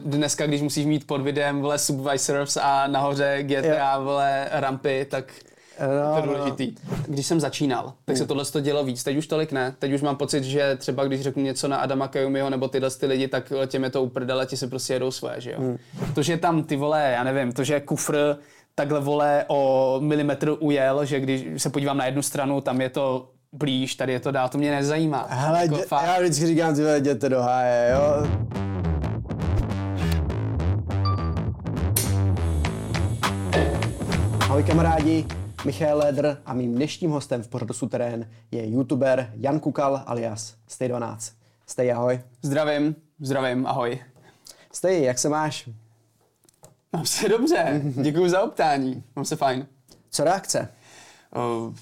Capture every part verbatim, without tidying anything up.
Dneska, když musíš mít pod videem, vole, Subvisors a nahoře G T A, vole, rampy, tak no, to je důležitý. No. Když jsem začínal, tak se tohle dělo víc, teď už tolik ne. Teď už mám pocit, že třeba když řeknu něco na Adama Kajumiho nebo tyhle ty lidi, tak těm je to uprdele, ti si prostě jedou své, že jo. Hmm. To, že tam ty vole, já nevím, to, že kufr takhle vole o milimetr ujel, že když se podívám na jednu stranu, tam je to blíž, tady je to dál, to mě nezajímá. Hele, jako, dě, já vždycky říkám, ty jděte do háje, jo. Ahoj kamarádi, Michal Lédr a mým dnešním hostem v pořadu Suterén je youtuber Jan Kukal alias Stay dvanáct. Stay, ahoj. Zdravím, zdravím, ahoj. Stay, jak se máš? Mám se dobře, děkuju za optání, mám se fajn. Co reakce? Uh,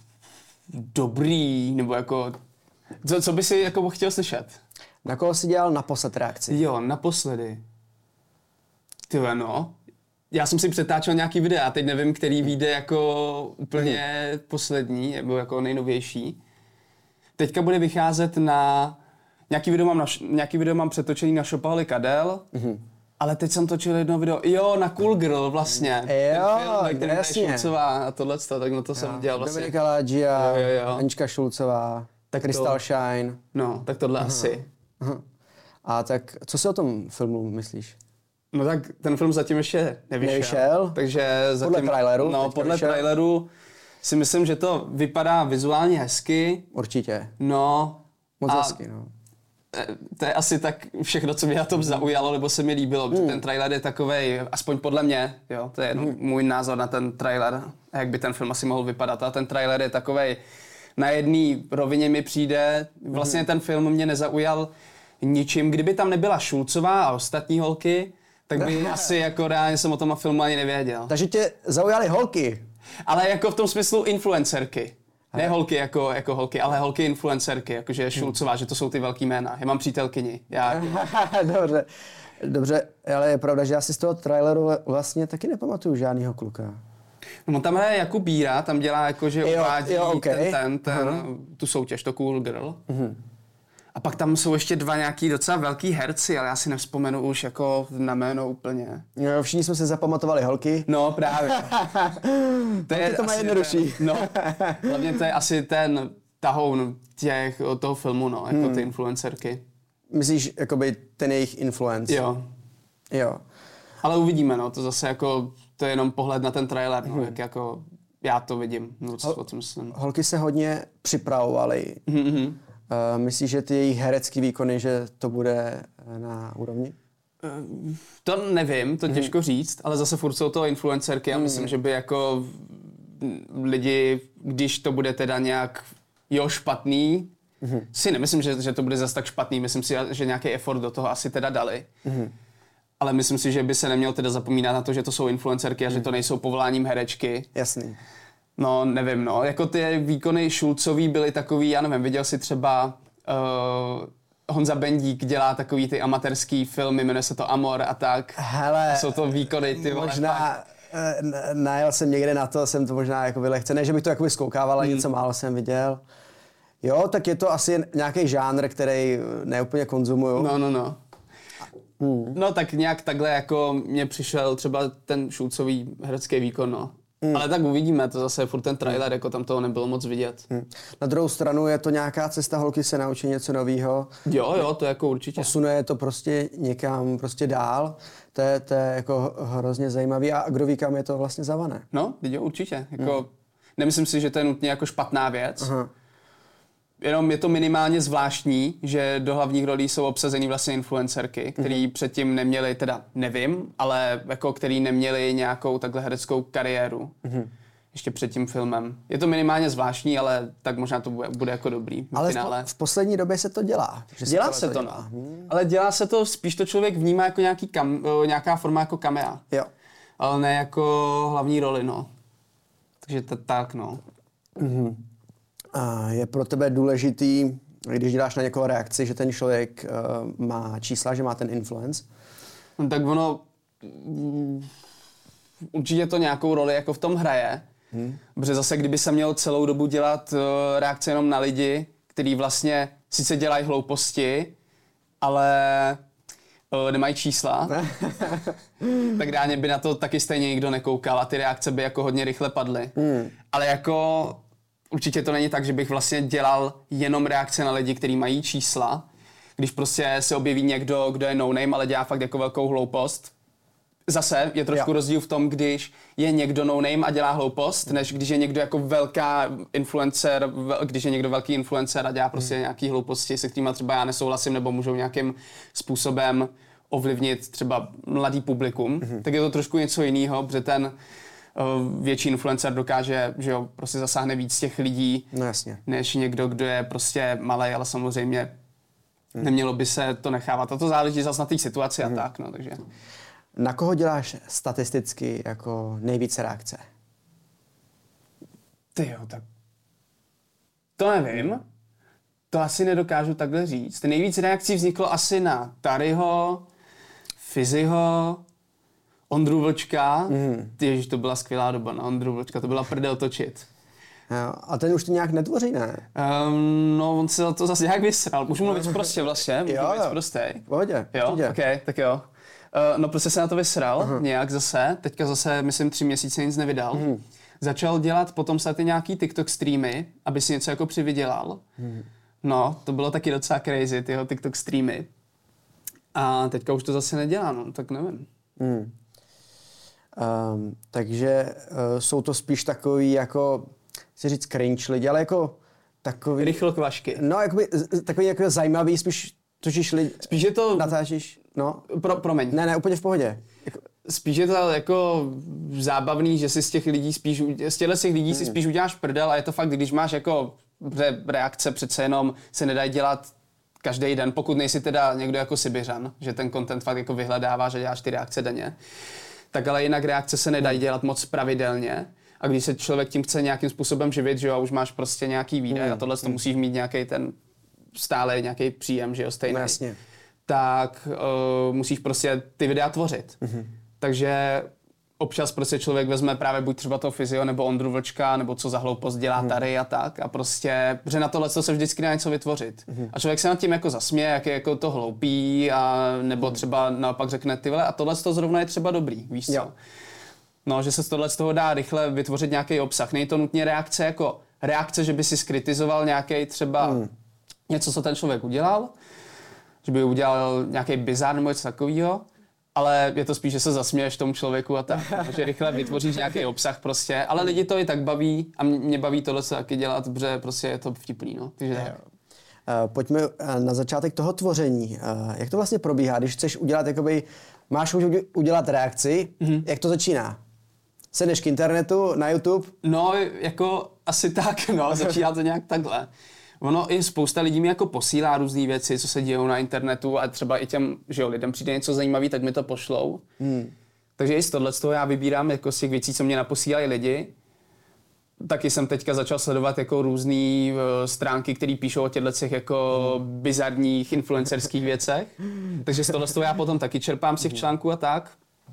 dobrý, nebo jako, co, co by si jako chtěl slyšet? Na koho jsi dělal naposled reakci? Jo, naposledy. Tyhle, no. Já jsem si přetáčel nějaký videa a teď nevím, který vyjde jako úplně hmm. poslední, nebo jako nejnovější. Teďka bude vycházet na... Nějaký video mám, na, nějaký video mám přetočený na Shopaholic Adele, hmm. ale teď jsem točil jedno video, jo, na Cool Girl vlastně. Jo, ten film, jasně. Šulcová a tohleto, tak no to jo. jsem dělal vlastně. Dominika Laggia, Anička Šulcová, tak Crystal to, Shine. No, tak tohle Aha. asi. Aha. A tak co si o tom filmu myslíš? No tak ten film zatím ještě nevyšel. Nevyšel? Takže zatím, podle traileru? No, podle vyšel? traileru si myslím, že to vypadá vizuálně hezky. Určitě. No. Moc hezky, no. To je asi tak všechno, co mě na tom zaujalo, nebo se mi líbilo, mm. protože ten trailer je takovej, aspoň podle mě, jo, to je mm. můj názor na ten trailer, jak by ten film asi mohl vypadat. A ten trailer je takovej, na jedné rovině mi přijde, vlastně mm. ten film mě nezaujal ničím. Kdyby tam nebyla Šulcová a ostatní holky, tak by asi jako reálně jsem o tom filmu ani nevěděl. Takže tě zaujaly holky? Ale jako v tom smyslu influencerky. Ne holky jako, jako holky, ale holky influencerky, jakože Šulcová, hmm. že to jsou ty velký jména. Já mám přítelkyni. Já... Dobře, dobře, ale je pravda, že já si z toho traileru vlastně taky nepamatuju žádnýho kluka. No tam hraje Jakub Bíra, tam dělá jako, že jo, uvádí jo, okay. ten, ten, ten uh-huh. tu soutěž, to Cool Girl. Uh-huh. A pak tam jsou ještě dva nějaký docela velký herci, ale já si nevzpomenu už jako na jméno úplně. No, všichni jsme se zapamatovali holky. No právě. to je to má jednodušší. No, hlavně to je asi ten tahoun těch, toho filmu, no, jako hmm. ty influencerky. Myslíš, jakoby ten jejich influence? Jo. Jo. Ale uvidíme, no, to zase jako, to je jenom pohled na ten trailer, no, hmm. jak jako já to vidím, no, co o tom myslím. Holky se hodně připravovaly. Mm-hmm. Uh, myslíš, že ty jejich herecký výkony, že to bude na úrovni? Uh, to nevím, to těžko hmm. říct, ale zase furt jsou to influencerky a hmm. myslím, že by jako lidi, když to bude teda nějak jo špatný, hmm. si nemyslím, že, že to bude zase tak špatný, myslím si, že nějaký effort do toho asi teda dali. Hmm. Ale myslím si, že by se neměl teda zapomínat na to, že to jsou influencerky a hmm. že to nejsou povoláním herečky. Jasný. No, nevím, no. Jako ty výkony Šulcový byly takový, já nevím, viděl si třeba uh, Honza Bendík dělá takový ty amatérský filmy, jmenuje se to Amor a tak. Hele, a jsou to výkony, ty vole. Možná, najel jsem někde na to, jsem to možná jako lehce, ne, že bych to jakoby zkoukával, ale hmm. něco málo jsem viděl. Jo, tak je to asi nějaký žánr, který neúplně konzumuju. No, no, no. Hmm. No, tak nějak takhle jako mně přišel třeba ten Šulcový herecký výkon, no. Hmm. Ale tak uvidíme, to zase je furt ten trailer, hmm. jako tam toho nebylo moc vidět. Hmm. Na druhou stranu je to nějaká cesta, holky se naučí něco nového. Jo, jo, to jako určitě. Posunuje to prostě někam prostě dál. To je, to je jako hrozně zajímavý a kdo ví, kam je to vlastně zavané. No, jo, určitě. Jako, hmm. Nemyslím si, že to je nutně jako špatná věc. Aha. Jenom je to minimálně zvláštní, že do hlavních rolí jsou obsazený vlastně influencerky, který mm-hmm. předtím neměli, teda nevím, ale jako který neměli nějakou takhle hereckou kariéru. Mm-hmm. Ještě před tím filmem. Je to minimálně zvláštní, ale tak možná to bude, bude jako dobrý. Ale finále. v, v poslední době se to dělá. Že dělá se to, to dělá. No. Hmm. Ale dělá se to, spíš to člověk vnímá jako nějaký kam, nějaká forma jako kamea. Jo. Ale ne jako hlavní roli, no. Takže to tak, no. Mm-hmm. A je pro tebe důležitý, když děláš na někoho reakci, že ten člověk uh, má čísla, že má ten influence? No, tak ono mm, určitě to nějakou roli jako v tom hraje. Hmm. Protože zase, kdyby se měl celou dobu dělat uh, reakce jenom na lidi, kteří vlastně sice dělají hlouposti, ale uh, nemají čísla, tak reálně by na to taky stejně nikdo nekoukal a ty reakce by jako hodně rychle padly. Hmm. Ale jako určitě to není tak, že bych vlastně dělal jenom reakce na lidi, kteří mají čísla, když prostě se objeví někdo, kdo je no-name, ale dělá fakt jako velkou hloupost. Zase je trošku jo. rozdíl v tom, když je někdo no-name a dělá hloupost, než když je někdo jako velká influencer, když je někdo velký influencer a dělá prostě hmm. nějaký hlouposti, se kterýma třeba já nesouhlasím, nebo můžou nějakým způsobem ovlivnit třeba mladý publikum, hmm. tak je to trošku něco jiného, protože ten uh, větší influencer dokáže, že jo, prostě zasáhne víc těch lidí, no jasně. než někdo, kdo je prostě malej, ale samozřejmě hmm. nemělo by se to nechávat. A to záleží zase na té situaci hmm. a tak, no, takže... Na koho děláš statisticky jako nejvíce reakce? Ty jo, tak to nevím. To asi nedokážu takhle říct. Nejvíc reakcí vzniklo asi na Taryho, Fiziho, Ondru Vlčka. Mm. Ježiš, to byla skvělá doba na Ondru Vlčka, to byla prdel točit. Jo, a ten už to nějak netvoří, ne? Um, no, on se za to zase nějak vysral. Můžu mluvit prostě vlastně, můžu mluvit prostej. Pohodě, jo, ok, tak jo. Uh, no prostě se na to vysral uh-huh. nějak zase, teďka zase, myslím, tři měsíce nic nevydal. Uh-huh. Začal dělat potom se ty nějaký TikTok streamy, aby si něco jako přivydělal. Uh-huh. No, to bylo taky docela crazy, ty jeho TikTok streamy. A teďka už to zase nedělá, no, tak nevím. Uh-huh. Um, takže uh, jsou to spíš takový jako, chci říct cringe lidi, ale jako takový... Rychlokvašky. No, jakoby, takový jako zajímavý, spíš točíš lidi... Spíš je to... Natáčíš, no. Pro, promiň. Ne, ne, úplně v pohodě. Jako... Spíš je to jako zábavný, že si z těch lidí spíš, z těchto těch lidí hmm. si spíš uděláš prdel a je to fakt, když máš jako reakce přece jenom se nedají dělat každý den, pokud nejsi teda někdo jako Sibiřan, že ten content fakt jako vyhledává, že děláš ty reakce denně. Tak ale jinak reakce se nedají dělat moc pravidelně. A když se člověk tím chce nějakým způsobem živit, že jo, a už máš prostě nějaký výdaj hmm. a tohle to musíš mít nějaký ten stále nějaký příjem, že jo, stejný. No, jasně. Tak uh, musíš prostě ty videa tvořit. Mm-hmm. Takže občas prostě člověk vezme právě buď třeba toho Fyzio nebo Ondru Vlčka, nebo co za hloupost dělá mm. Tary a tak. A prostě, protože na tohle se vždycky dá něco vytvořit. Mm. A člověk se nad tím jako zasměje, jak je jako to hloupý, a nebo třeba naopak řekne ty vole, a tohle to zrovna je třeba dobrý, víš co? Jo. No, že se z tohle z toho dá rychle vytvořit nějaký obsah. Není to nutně reakce jako reakce, že by si skritizoval nějaký třeba mm. něco, co ten člověk udělal, že by udělal nějaký bizár nebo něco takového, ale je to spíš, že se zasměješ tomu člověku a tak, že rychle vytvoříš nějaký obsah prostě, ale lidi to i tak baví a mě baví tohle se taky dělat, protože prostě je to vtipný, no. Takže tak. Uh, pojďme na začátek toho tvoření. Uh, jak to vlastně probíhá, když chceš udělat, jakoby, máš udělat reakci, mm-hmm. jak to začíná? Sedneš k internetu, na YouTube? No, jako asi tak, no, začíná to nějak takhle. Ono i spousta lidí mi jako posílá různé věci, co se dějou na internetu a třeba i těm, že jo, lidem přijde něco zajímavý, tak mi to pošlou. Hmm. Takže i z tohle z toho já vybírám jako z těch věcí, co mě naposílají lidi. Taky jsem teďka začal sledovat jako různé uh, stránky, které píšou o těchto jako hmm. bizarních influencerských věcech. Takže z tohle z toho já potom taky čerpám z těch článků a tak.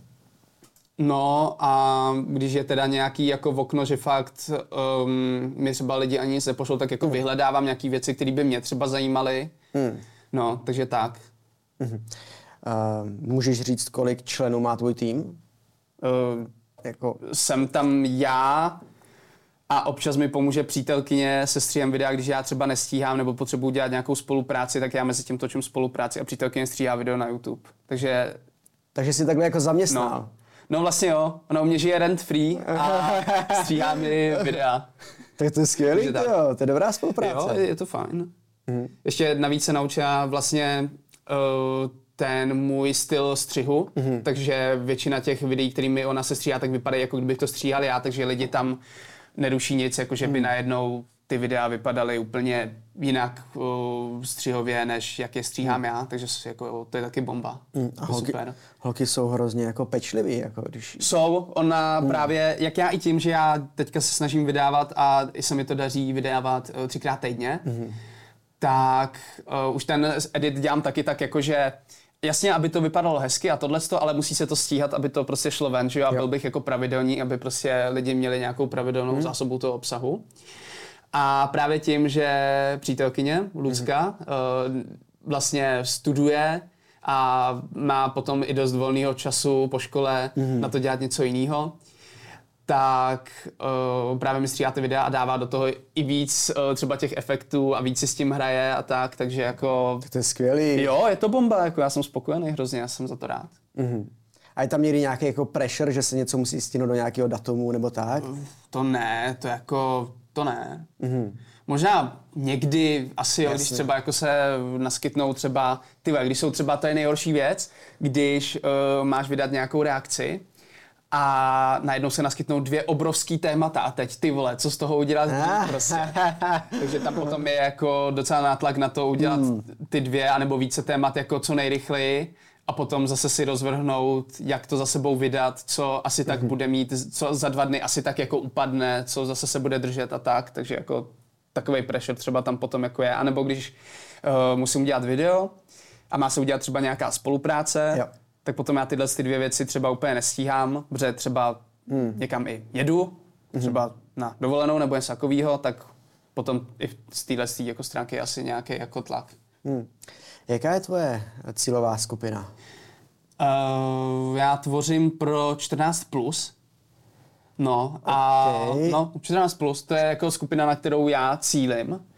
No a když je teda nějaký jako okno, že fakt um, mi třeba lidi ani nic nepošlou, tak jako mm. vyhledávám nějaký věci, které by mě třeba zajímaly. Mm. No, takže tak. Mm. Uh, můžeš říct, kolik členů má tvůj tým? Uh, jako... Jsem tam já a občas mi pomůže přítelkyně se stříhem videa, když já třeba nestíhám nebo potřebuji dělat nějakou spolupráci, tak já mezi tím točím spolupráci a přítelkyně stříhá video na YouTube. Takže... Takže jsi takhle jako zaměstnal? No. No vlastně jo, ona u mě žije rent free a stříhá mi videa. Tak to je skvělý, to, jo, to je dobrá spolupráce. Jo, je, je to fajn. Mm. Ještě navíc se naučila vlastně uh, ten můj styl střihu, mm. takže většina těch videí, kterými ona se stříhá, tak vypadají, jako kdybych to stříhal já, takže lidi tam neruší nic, jakože by mm. najednou ty videa vypadaly úplně jinak uh, střihově, než jak je stříhám mm. já, takže jako, to je taky bomba. Mm. A holky, super. Holky jsou hrozně jako pečlivý. Jako když... Jsou, ona mm. právě, jak já i tím, že já teďka se snažím vydávat a se mi to daří vydávat uh, třikrát týdně, mm. tak uh, už ten edit dělám taky tak, jakože jasně, aby to vypadalo hezky a tohleto, ale musí se to stíhat, aby to prostě šlo ven, že jo, a byl bych jako pravidelný, aby prostě lidi měli nějakou pravidelnou mm. zásobu toho obsahu. A právě tím, že přítelkyně Lucka mm-hmm. uh, vlastně studuje a má potom i dost volného času po škole mm-hmm. na to dělat něco jiného, tak uh, právě mi stříhá ty videa a dává do toho i víc uh, třeba těch efektů a víc si s tím hraje a tak, takže jako... To je skvělý. Jo, je to bomba, jako já jsem spokojený hrozně, já jsem za to rád. Mm-hmm. A je tam někdy nějaký jako pressure, že se něco musí stihnout do nějakého datumu nebo tak? To ne, to jako, to ne. Mm-hmm. Možná někdy asi, jo, když třeba jako se naskytnou třeba, ty vole, když jsou třeba, to je nejhorší věc, když uh, máš vydat nějakou reakci a najednou se naskytnou dvě obrovský témata a teď ty vole, co z toho udělat prostě. Takže tam potom je jako docela nátlak na to udělat mm. ty dvě anebo více témat jako co nejrychleji a potom zase si rozvrhnout, jak to za sebou vydat, co asi tak mm. bude mít, co za dva dny asi tak jako upadne, co zase se bude držet a tak, takže jako takovej pressure třeba tam potom jako je. A nebo když uh, musím udělat video a má se udělat třeba nějaká spolupráce, jo. tak potom já tyhle ty dvě věci třeba úplně nestíhám, protože třeba hmm. někam i jedu, třeba hmm. na dovolenou nebo něco takového, tak potom i z téhle jako stránky je asi nějaký jako tlak. Hmm. Jaká je tvoje cílová skupina? Uh, já tvořím pro čtrnáct plus. No a okay. no, čtrnáct plus, to je jako skupina, na kterou já cílim. Uh,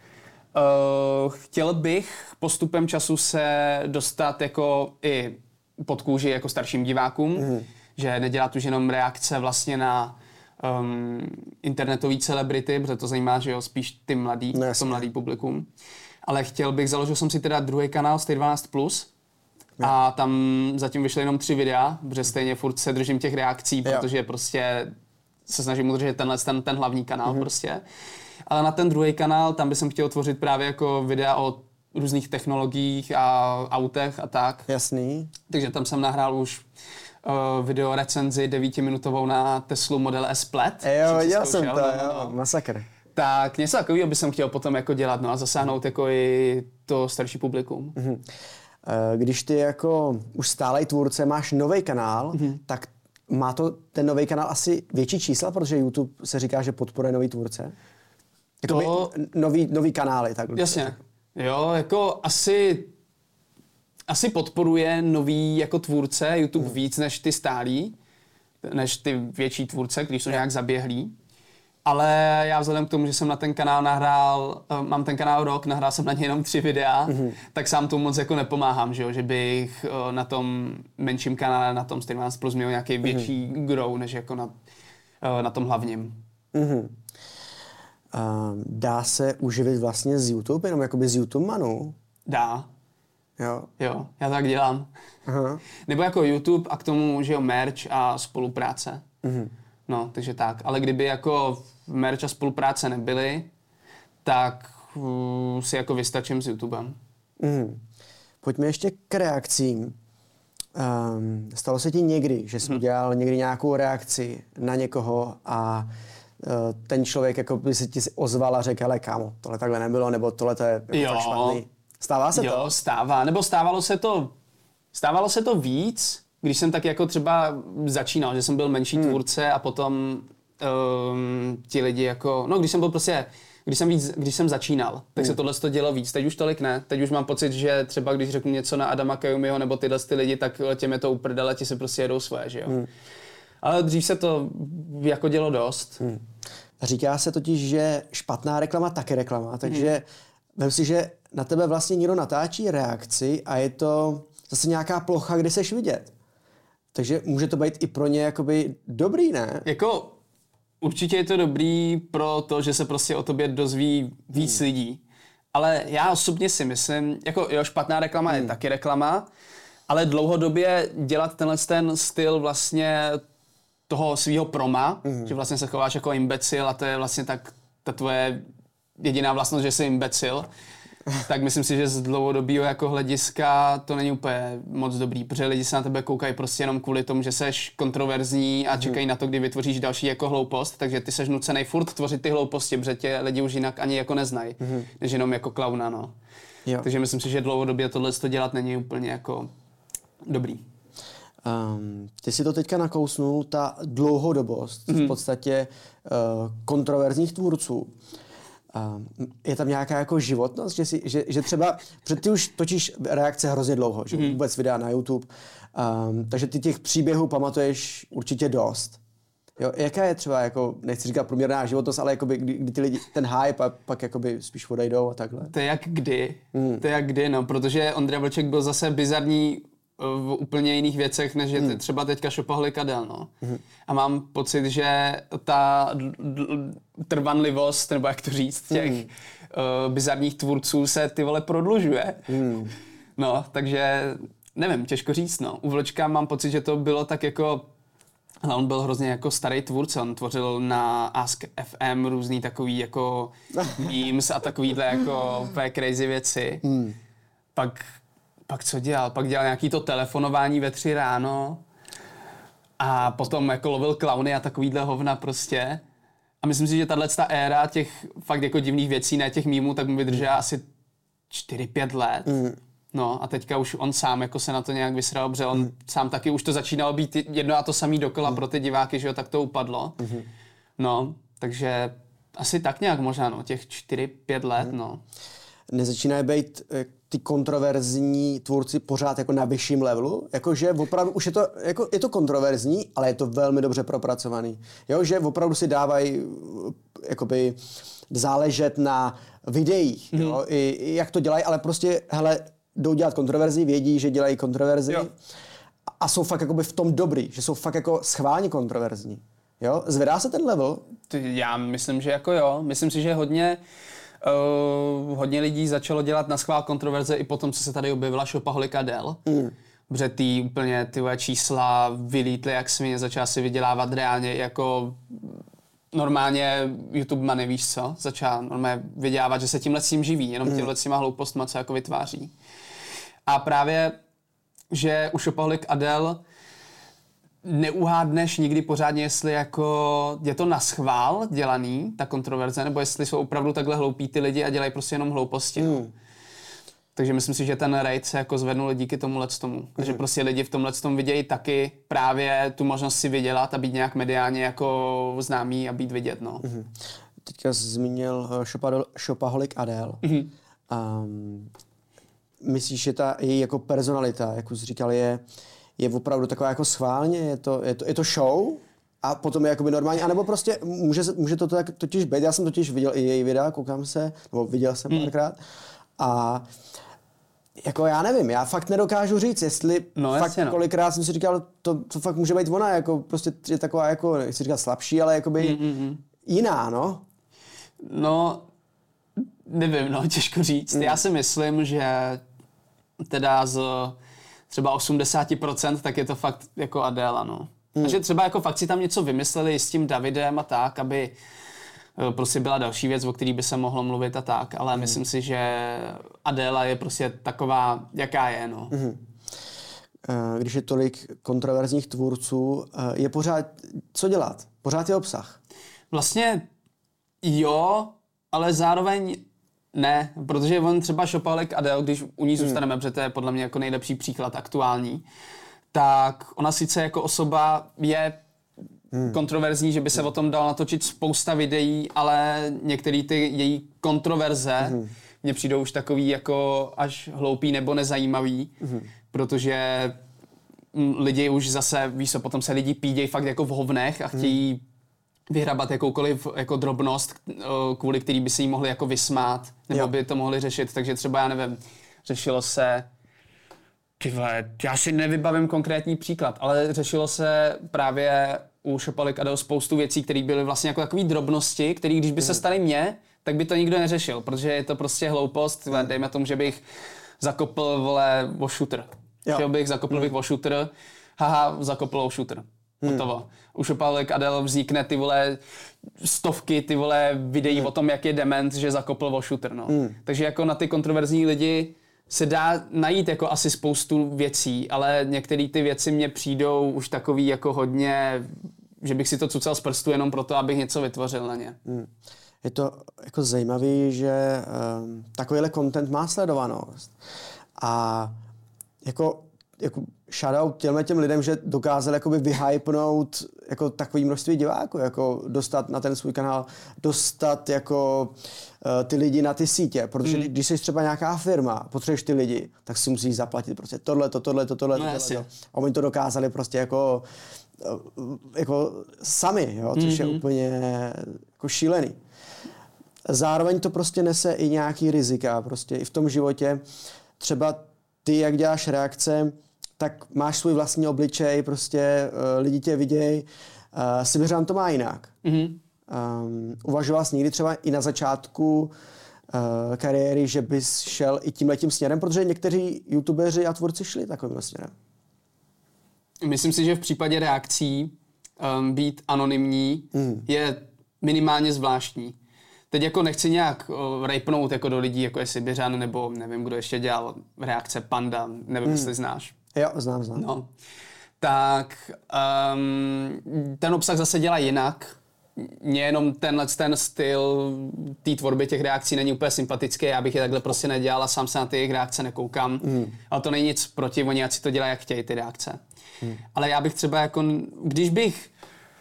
chtěl bych postupem času se dostat jako i pod kůži jako starším divákům, mm. že nedělat už jenom reakce vlastně na um, internetový celebrity, protože to zajímá, že jo, spíš ty mladý, no, to mladý publikum. Ale chtěl bych, založil jsem si teda druhý kanál Stay dvanáct plus no. a tam zatím vyšly jenom tři videa, protože stejně furt se držím těch reakcí, jo. protože prostě se snažím udržet tenhle ten, ten hlavní kanál mm-hmm. prostě. Ale na ten druhý kanál, tam bych chtěl tvořit právě jako videa o různých technologiích a autech a tak. Jasný. Takže tam jsem nahrál už uh, video recenzi devítiminutovou na Teslu Model S Plaid. Jo, viděl jsem to, no, jo, masakr. Tak něco takového bych jsem chtěl potom jako dělat, no a zasáhnout jako i to starší publikum. Mm-hmm. Když ty jako už stálej tvůrce máš nový kanál, mm-hmm. tak má to ten nový kanál asi větší čísla, protože YouTube se říká, že podporuje nový tvůrce? To... Nový, nový kanály, tak. Jasně. Jo, jako asi, asi podporuje nový jako tvůrce YouTube hmm. víc než ty stálí, než ty větší tvůrce, když jsou nějak zaběhlí. Ale já vzhledem k tomu, že jsem na ten kanál nahrál, mám ten kanál rok, nahrál jsem na něj jenom tři videa, mm-hmm. tak sám tomu moc jako nepomáhám, že, jo? Že bych na tom menším kanále, na tom čtrnáct plus měl nějaký větší mm-hmm. grow, než jako na, na tom hlavním. Mm-hmm. Uh, dá se uživit vlastně z YouTube, jenom jakoby z YouTube manu? Dá. Jo. Jo, já tak dělám. Aha. Nebo jako YouTube a k tomu, že jo, merch a spolupráce. Mm-hmm. No, takže tak. Ale kdyby jako merch a spolupráce nebyly, tak uh, si jako vystačím s YouTubem. Mm. Pojďme ještě k reakcím. Um, stalo se ti někdy, že jsi mm. udělal někdy nějakou reakci na někoho a uh, ten člověk jako by se ti ozval a řekl, hele kámo, tohle takhle nebylo, nebo tohle to je jako tak špatný. Stává se jo, to? Jo, stává. Nebo stávalo se to, stávalo se to víc, když jsem tak jako třeba začínal, že jsem byl menší hmm. tvůrce a potom um, ti lidi jako, no když jsem byl prostě, když jsem, víc, když jsem začínal, tak hmm. se tohle to dělo víc, teď už tolik ne, teď už mám pocit, že třeba když řeknu něco na Adama Kajumiho nebo tyhle ty lidi, tak těm je to uprdele, ti si prostě jedou své, že jo. Hmm. Ale dřív se to jako dělo dost. Hmm. Říká se totiž, že špatná reklama taky reklama, takže hmm. vem si, že na tebe vlastně někdo natáčí reakci a je to zase nějaká plocha, kde seš vidět. Takže může to být i pro ně jakoby dobrý, ne? Jako určitě je to dobrý pro to, že se prostě o tobě dozví víc hmm. lidí. Ale já osobně si myslím, jako jo, špatná reklama hmm. je taky reklama, ale dlouhodobě dělat tenhle ten styl vlastně toho svýho proma, hmm. že vlastně se chováš jako imbecil a to je vlastně tak ta tvoje jediná vlastnost, že jsi imbecil, tak myslím si, že z dlouhodobého jako hlediska to není úplně moc dobrý, protože lidi se na tebe koukají prostě jenom kvůli tomu, že seš kontroverzní a čekají mm. na to, kdy vytvoříš další jako hloupost, takže ty seš nucenej furt tvořit ty hlouposti, protože tě lidi už jinak ani jako neznají, mm. než jenom jako klauna, no. Jo. Takže myslím si, že dlouhodobě tohle to dělat není úplně jako dobrý. Um, ty si to teďka nakousnul, ta dlouhodobost mm. v podstatě uh, kontroverzních tvůrců. je tam nějaká jako životnost, že, si, že, že třeba, protože ty už točíš reakce hrozně dlouho, že mm. vůbec videa na YouTube, um, takže ty těch příběhů pamatuješ určitě dost. Jo, jaká je třeba, jako, nechci říkat průměrná životnost, ale jakoby, kdy, kdy ty lidi, ten hype a pak jakoby spíš odejdou a takhle? To je jak kdy, mm. to je jak kdy, no, protože Ondra Vlček byl zase bizarní v úplně jiných věcech, než je hmm. třeba teďka Shopaholic Adel, no. Hmm. A mám pocit, že ta trvanlivost, nebo jak to říct, těch hmm. uh, bizarních tvůrců se ty vole prodlužuje. Hmm. No, takže nevím, těžko říct, no. U Vlčka mám pocit, že to bylo tak jako, ale on byl hrozně jako starý tvůrce, on tvořil na Ask F M různý takový jako memes a takovýhle jako úplně crazy věci. Hmm. Pak Pak co dělal? Pak dělal nějaký to telefonování ve tři ráno a potom jako lovil klauny a takovýhle hovna prostě. A myslím si, že tato éra těch fakt jako divných věcí, ne těch mýmů, tak mu vydržela asi čtyři pět let. Mm. No a teďka už on sám jako se na to nějak vysral, protože on mm. sám taky už to začínalo být jedno a to samý dokola mm. pro ty diváky, že jo, tak to upadlo. Mm. No, takže asi tak nějak možná, no, těch čtyři pět let, mm. no. Nezačínají být ty kontroverzní tvůrci pořád jako na vyšším levelu, jakože opravdu už je to, jako, je to kontroverzní, ale je to velmi dobře propracovaný. Jo, že opravdu si dávají jakoby záležet na videích, mm. jo, i, i jak to dělají, ale prostě, hele, jdou dělat kontroverzi, vědí, že dělají kontroverzi jo. a jsou fakt jakoby v tom dobrý, že jsou fakt jako schválně kontroverzní. Jo, zvedá se ten level? Já myslím, že jako jo, myslím si, že hodně Uh, hodně lidí začalo dělat na schvál kontroverze i potom, co se tady objevila Shopaholic Adel. Mm. Protože ty úplně ty čísla vylítly jak svině, začala si vydělávat reálně jako normálně YouTube money, víš co? Začala normálně vydělávat, že se tímhle s tím živí, jenom mm. tímhle s těma hloupostma, co jako vytváří. A právě, že u Shopaholic Adel neuhádneš nikdy pořádně, jestli jako je to na schvál dělaný, ta kontroverze, nebo jestli jsou opravdu takhle hloupí ty lidi a dělají prostě jenom hlouposti. Mm. Takže myslím si, že ten rate se jako zvednul díky tomuhletomu. Mm. Že prostě lidi v tomhletom vidějí taky právě tu možnost si vydělat a být nějak mediálně jako známý a být vidět, no. Mm. Teďka jsi zmínil Shopaholic Adel. Mm. Um, myslíš, že ta její jako personalita, jak už jsi říkal, je je opravdu taková jako schválně, je to, je to, je to show a potom je jakoby normálně, anebo prostě může, může to tak totiž být, já jsem totiž viděl i její videa, koukám se, nebo viděl jsem hmm. párkrát a jako já nevím, já fakt nedokážu říct, jestli no, fakt jasně, no. kolikrát jsem si říkal, to, to fakt může být ona, jako prostě je taková jako, nechci říkat slabší, ale jakoby mm-hmm. jiná, no. No, nevím, no, těžko říct. Mm. Já si myslím, že teda z třeba osmdesát procent, tak je to fakt jako Adéla, no. Hmm. A že třeba jako fakt si tam něco vymysleli s tím Davidem a tak, aby prostě byla další věc, o který by se mohlo mluvit a tak, ale hmm. myslím si, že Adéla je prostě taková, jaká je, no. Hmm. Když je tolik kontroverzních tvůrců, je pořád, co dělat? Pořád je obsah? Vlastně jo, ale zároveň ne, protože on třeba Shopaholic Adel, když u ní zůstaneme, hmm. protože to je podle mě jako nejlepší příklad aktuální, tak ona sice jako osoba je hmm. kontroverzní, že by se hmm. o tom dalo natočit spousta videí, ale některé ty její kontroverze hmm. mně přijdou už takový jako až hloupý nebo nezajímavý, hmm. protože lidi už zase, víš co, potom se lidi pídějí fakt jako v hovnech a chtějí hmm. vyhrabat jakoukoliv jako drobnost, kvůli který by se jí mohli jako vysmát, nebo jo. by to mohli řešit, takže třeba, já nevím, řešilo se, tyhle, já si nevybavím konkrétní příklad, ale řešilo se právě u Shopaholic Adel spoustu věcí, které byly vlastně jako takové drobnosti, které když by se staly mně, tak by to nikdo neřešil, protože je to prostě hloupost, mm. dejme tomu, že bych zakopl, vole, o shooter. Jo. Že bych zakopl mm. bych o shooter, haha, zakopl o shooter. Hotovo. Hmm. U Shopaholic Adel vznikne ty vole stovky ty vole videí hmm. o tom, jak je dement, že zakopl o shooter, no. Hmm. Takže jako na ty kontroverzní lidi se dá najít jako asi spoustu věcí, ale některé ty věci mně přijdou už takový jako hodně, že bych si to cucal z prstu jenom proto, abych něco vytvořil na ně. Hmm. Je to jako zajímavý, že um, takovýhle content má sledovanost. A jako, jako shoutout těmhle těm lidem, že dokázali jakoby vyhypnout jako takový množství diváků, jako dostat na ten svůj kanál, dostat jako uh, ty lidi na ty sítě, protože mm. když jsi třeba nějaká firma, potřebuješ ty lidi, tak si musíš zaplatit prostě tohleto, tohleto, tohleto, no, tohleto. A oni to dokázali prostě jako, uh, jako sami, jo, což mm-hmm. je úplně jako šílený. Zároveň to prostě nese i nějaký rizika, prostě i v tom životě. Třeba ty, jak děláš reakce, tak máš svůj vlastní obličej, prostě uh, lidi tě vidějí. Uh, Sibiřan to má jinak. Mm-hmm. Um, uvažoval jsi někdy třeba i na začátku uh, kariéry, že bys šel i tímhletím směrem, protože někteří youtubeři a tvůrci šli takovým směrem. Myslím si, že v případě reakcí um, být anonymní mm. je minimálně zvláštní. Teď jako nechci nějak uh, rejpnout jako do lidí, jako je Sibiřan, nebo nevím, kdo ještě dělal reakce Panda, nevím, mm. jestli znáš. Jo, znám, znám. No. Tak um, ten obsah zase dělá jinak. Mně jenom tenhle ten styl té tvorby těch reakcí není úplně sympatický, já bych je takhle prostě nedělal a sám se na ty jejich reakce nekoukám. Mm. Ale to není nic proti, oni ať si to dělají, jak chtějí, ty reakce. Mm. Ale já bych třeba jako, když bych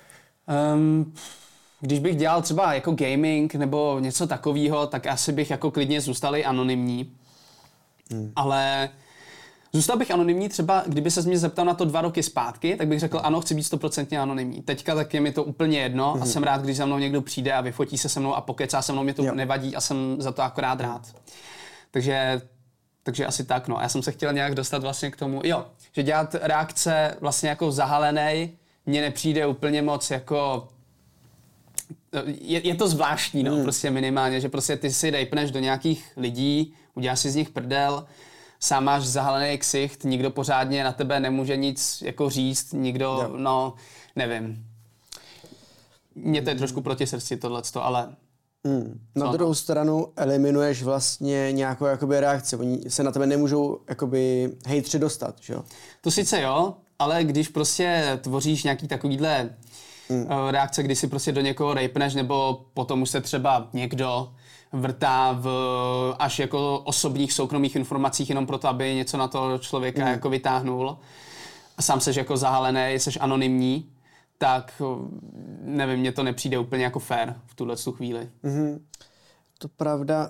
um, když bych dělal třeba jako gaming nebo něco takového, tak asi bych jako klidně zůstal i anonymní. Mm. Ale zůstal bych anonymní třeba, kdyby se mě zeptal na to dva roky zpátky, tak bych řekl, ano, chci být stoprocentně anonymní. Teďka tak je mi to úplně jedno mm-hmm. a jsem rád, když za mnou někdo přijde a vyfotí se se mnou a pokecá se mnou, mě to jo. nevadí a jsem za to akorát rád. Takže, takže asi tak, no. A já jsem se chtěl nějak dostat vlastně k tomu, jo, že dělat reakce vlastně jako zahalenej mně nepřijde úplně moc jako... Je, je to zvláštní, no, mm. prostě minimálně, že prostě ty si dejpneš do nějakých lidí, uděláš si z nich prdel, sám máš zahalený ksicht, nikdo pořádně na tebe nemůže nic jako říct, nikdo, jo. no, nevím. Mně to je trošku proti srdci tohleto, ale... Hmm. Na druhou stranu eliminuješ vlastně nějakou jakoby reakci, oni se na tebe nemůžou jakoby hejtři dostat, že jo? To sice jo, ale když prostě tvoříš nějaký takovýhle hmm. reakce, kdy si prostě do někoho rejpneš, nebo potom už se třeba někdo vrtá v až jako osobních soukromých informacích jenom proto, aby něco na toho člověka mm. jako vytáhnul. A sám seš jako zahalený, seš anonymní, tak nevím, mně to nepřijde úplně jako fair v tuhle chvíli. Mm-hmm. To pravda.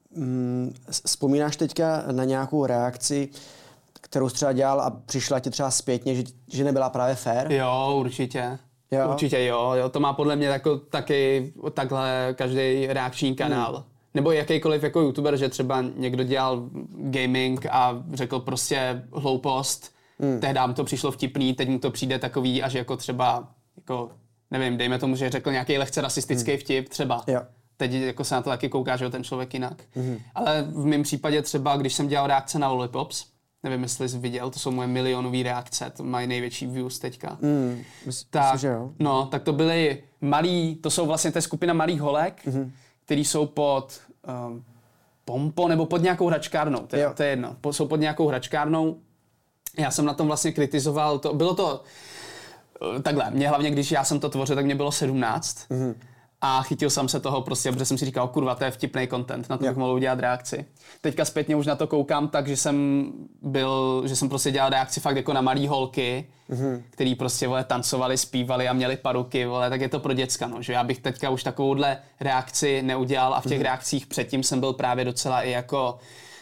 Vzpomínáš teďka na nějakou reakci, kterou jsi třeba dělal a přišla ti třeba zpětně, že, že nebyla právě fair? Jo, určitě. Jo. Určitě jo, jo, to má podle mě tako, taky takhle každý reakční kanál. Hmm. Nebo jakýkoliv jako youtuber, že třeba někdo dělal gaming a řekl prostě hloupost, hmm. tehdy mu to přišlo vtipný, teď mu to přijde takový, až jako třeba, jako, nevím, dejme tomu, že řekl nějaký lehce rasistický hmm. vtip třeba. Jo. Teď jako se na to taky kouká, že ten člověk jinak. Hmm. Ale v mém případě třeba, když jsem dělal reakce na Lollipops, nevím, jestli jsi viděl, to jsou moje milionové reakce, to mají největší views teďka. Mm, mysl, tak, myslím, že jo. No, tak to byly malí, to jsou vlastně ta skupina malých holek, mm-hmm. který jsou pod um, Pompo nebo pod nějakou hračkárnou, to je, to je jedno, po, jsou pod nějakou hračkárnou. Já jsem na tom vlastně kritizoval, to, bylo to takhle, mě hlavně, když já jsem to tvořil, tak mě bylo sedmnáct. Mm-hmm. A chytil jsem se toho prostě, protože jsem si říkal, kurva, to je vtipný content, na to bych mohl udělat reakci. Teďka zpětně už na to koukám tak, že jsem byl, že jsem prostě dělal reakci fakt jako na malý holky, mm-hmm. který prostě, vole, tancovali, zpívali a měli paruky, vole, tak je to pro děcka, no, že já bych teďka už takovouhle reakci neudělal a v těch mm-hmm. reakcích předtím jsem byl právě docela i jako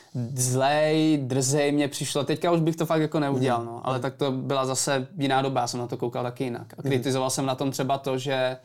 zlej, drzej mě přišlo, teďka už bych to fakt jako neudělal, mm-hmm. no, ale tak to byla zase jiná doba, já jsem na to koukal taky jinak. A kritizoval mm-hmm. jsem na tom třeba to, že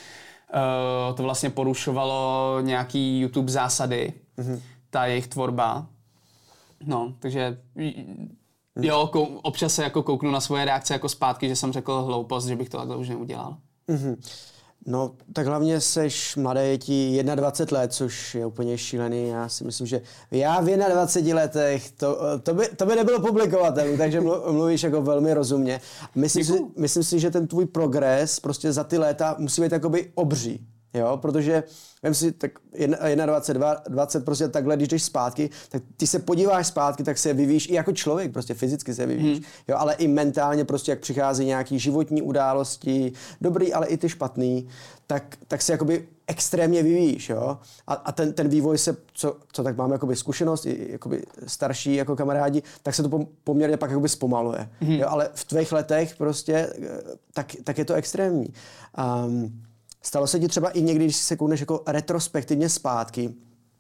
Uh, to vlastně porušovalo nějaký YouTube zásady, mm-hmm. ta jejich tvorba. No, takže jo, kou, občas se jako kouknu na svoje reakce jako zpátky, že jsem řekl hloupost, že bych to takhle už neudělal. Mm-hmm. No, tak hlavně seš mladý, je ti dvacet jedna let, což je úplně šílený. Já si myslím, že já v dvaceti jedna letech, to, to, by, to by nebylo publikovatelné, takže mluvíš jako velmi rozumně. Myslím si, myslím si, že ten tvůj progres prostě za ty léta musí být jakoby obří. Jo, protože vem si, tak dvacet jedna, dvacet prostě takhle, když jdeš zpátky, tak ty se podíváš zpátky, tak se vyvíjíš i jako člověk, prostě fyzicky se vyvíjíš, hmm. jo, ale i mentálně prostě, jak přichází nějaký životní události, dobrý, ale i ty špatný, tak, tak se jakoby extrémně vyvíjíš, jo, a, a ten, ten vývoj se, co, co tak máme jakoby zkušenost, i jakoby starší jako kamarádi, tak se to poměrně pak jakoby zpomaluje, hmm. jo, ale v tvých letech prostě, tak, tak je to extrémní. Um, Stalo se ti třeba i někdy, když se koukneš jako retrospektivně zpátky,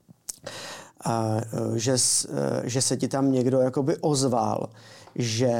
a, že, že se ti tam někdo jakoby ozval, že,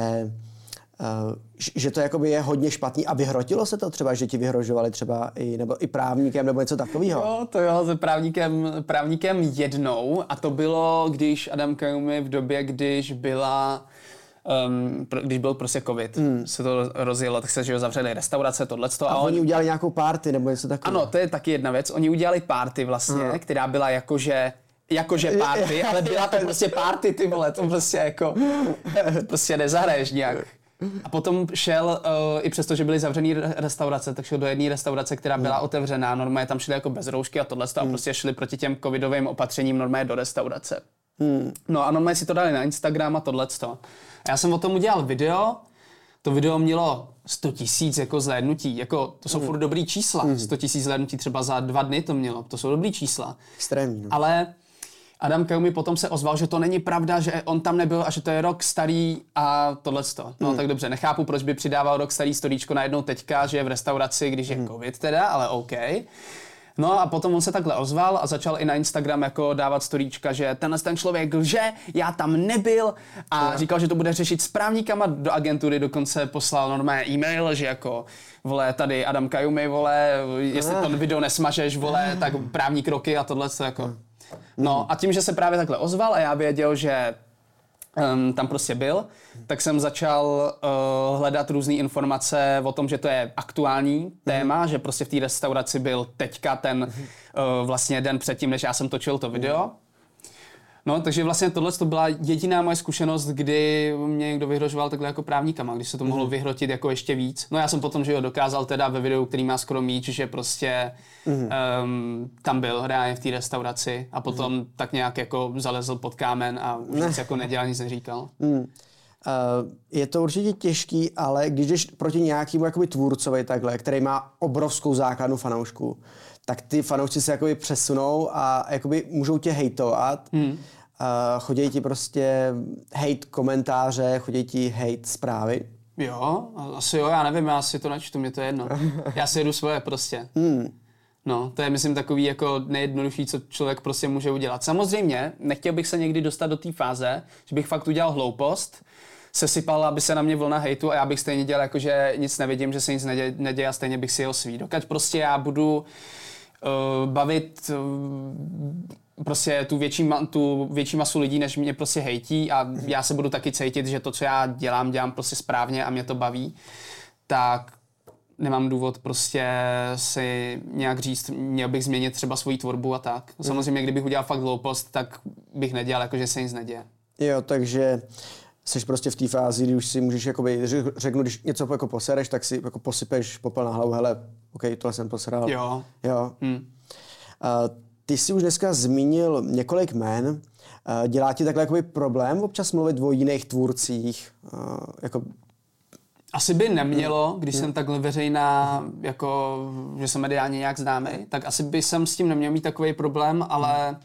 a, že to jakoby je hodně špatný a vyhrotilo se to třeba, že ti vyhrožovali třeba i, nebo i právníkem nebo něco takového? Jo, to jo, s právníkem, právníkem jednou a to bylo, když Adam Kajumi v době, když byla... Um, když byl prostě covid, hmm. se to rozjelo, tak se že zavřeli restaurace, tohleto. A, a oni on... udělali nějakou party nebo něco takového? Ano, to je taky jedna věc. Oni udělali party vlastně, hmm. která byla jakože jakože party, ale byla to prostě party, ty vole, to prostě jako prostě nezahraješ nějak. A potom šel, uh, i přesto, že byly zavřený restaurace, tak šel do jedné restaurace, která byla hmm. otevřená, normálně tam šli jako bez roušky a tohleto hmm. a prostě šli proti těm covidovým opatřením normálně do restaurace. Hmm. No a normálně si to dali na Instagram a tohleto. A já jsem o tom udělal video, to video mělo sto tisíc jako zhlédnutí, jako to jsou mm. furt dobrý čísla, mm. sto tisíc zhlédnutí třeba za dva dny to mělo, to jsou dobrý čísla. Extrémní. No. Ale Adam Kajumi potom se ozval, že to není pravda, že on tam nebyl a že to je rok starý a tohleto. No mm. tak dobře, nechápu, proč by přidával rok starý storíčko najednou teďka, že je v restauraci, když je mm. covid teda, ale OK. No a potom on se takhle ozval a začal i na Instagram jako dávat storíčka, že tenhle ten člověk lže, já tam nebyl a no. říkal, že to bude řešit s právníkama do agentury, dokonce poslal normálně e-mail, že jako vole, tady Adam Kajumi, vole, jestli to video nesmažeš, vole, tak právní kroky a tohle jako. No a tím, že se právě takhle ozval a já věděl, že Um, tam prostě byl, tak jsem začal uh, hledat různé informace o tom, že to je aktuální téma, mm. že prostě v té restauraci byl teďka ten uh, vlastně den předtím, než já jsem točil to video. No, takže vlastně tohle to byla jediná moje zkušenost, kdy mě někdo vyhrožoval takhle jako právníkama, když se to mohlo vyhrotit jako ještě víc. No já jsem potom, že jo, dokázal teda ve videu, který má skoro míč, že prostě mm. um, tam byl reálně v té restauraci a potom mm. tak nějak jako zalezl pod kámen a už nic jako nedělal, nic neříkal. Mm. Uh, je to určitě těžký, ale když jdeš proti nějakému jakoby tvůrcovi takhle, který má obrovskou základnu fanoušků, tak ty fanoušci se jakoby přesunou a jakoby můžou tě hejtovat. Hmm. Uh, chodí ti prostě hejt komentáře, chodí ti hejt zprávy. Jo, asi jo, já nevím, já si to načtu, mě to je jedno. Já si jedu svoje prostě. Hmm. No, to je myslím takový jako nejjednodušší, co člověk prostě může udělat. Samozřejmě, nechtěl bych se někdy dostat do té fáze, že bych fakt udělal hloupost, sesypal, aby se na mě vlna hejtu a já bych stejně dělal jako, že nic nevidím, že se nic neděje, neděje a stejně bych si jel svý. Dokud prostě já budu uh, bavit uh, prostě tu větší, tu větší masu lidí, než mě prostě hejtí a já se budu taky cítit, že to, co já dělám, dělám prostě správně a mě to baví, tak nemám důvod prostě si nějak říct, měl bych změnit třeba svoji tvorbu a tak. Samozřejmě, kdybych udělal fakt hloupost, tak bych nedělal, jakože se nic neděje. Jo, takže jsi prostě v té fázi, kdy už si můžeš, jakoby, řeknu, když něco jako posereš, tak si jako posypeš popel na hlavu, hele, OK, tohle jsem posral. Jo. Jo. Hmm. Uh, ty jsi už dneska zmínil několik jmén. Uh, dělá ti takhle jakoby problém občas mluvit o jiných tvůrcích? Uh, jako... Asi by nemělo, když hmm. jsem takhle veřejná, jako, že jsem mediálně nějak známý, tak asi by jsem s tím neměl mít takový problém, ale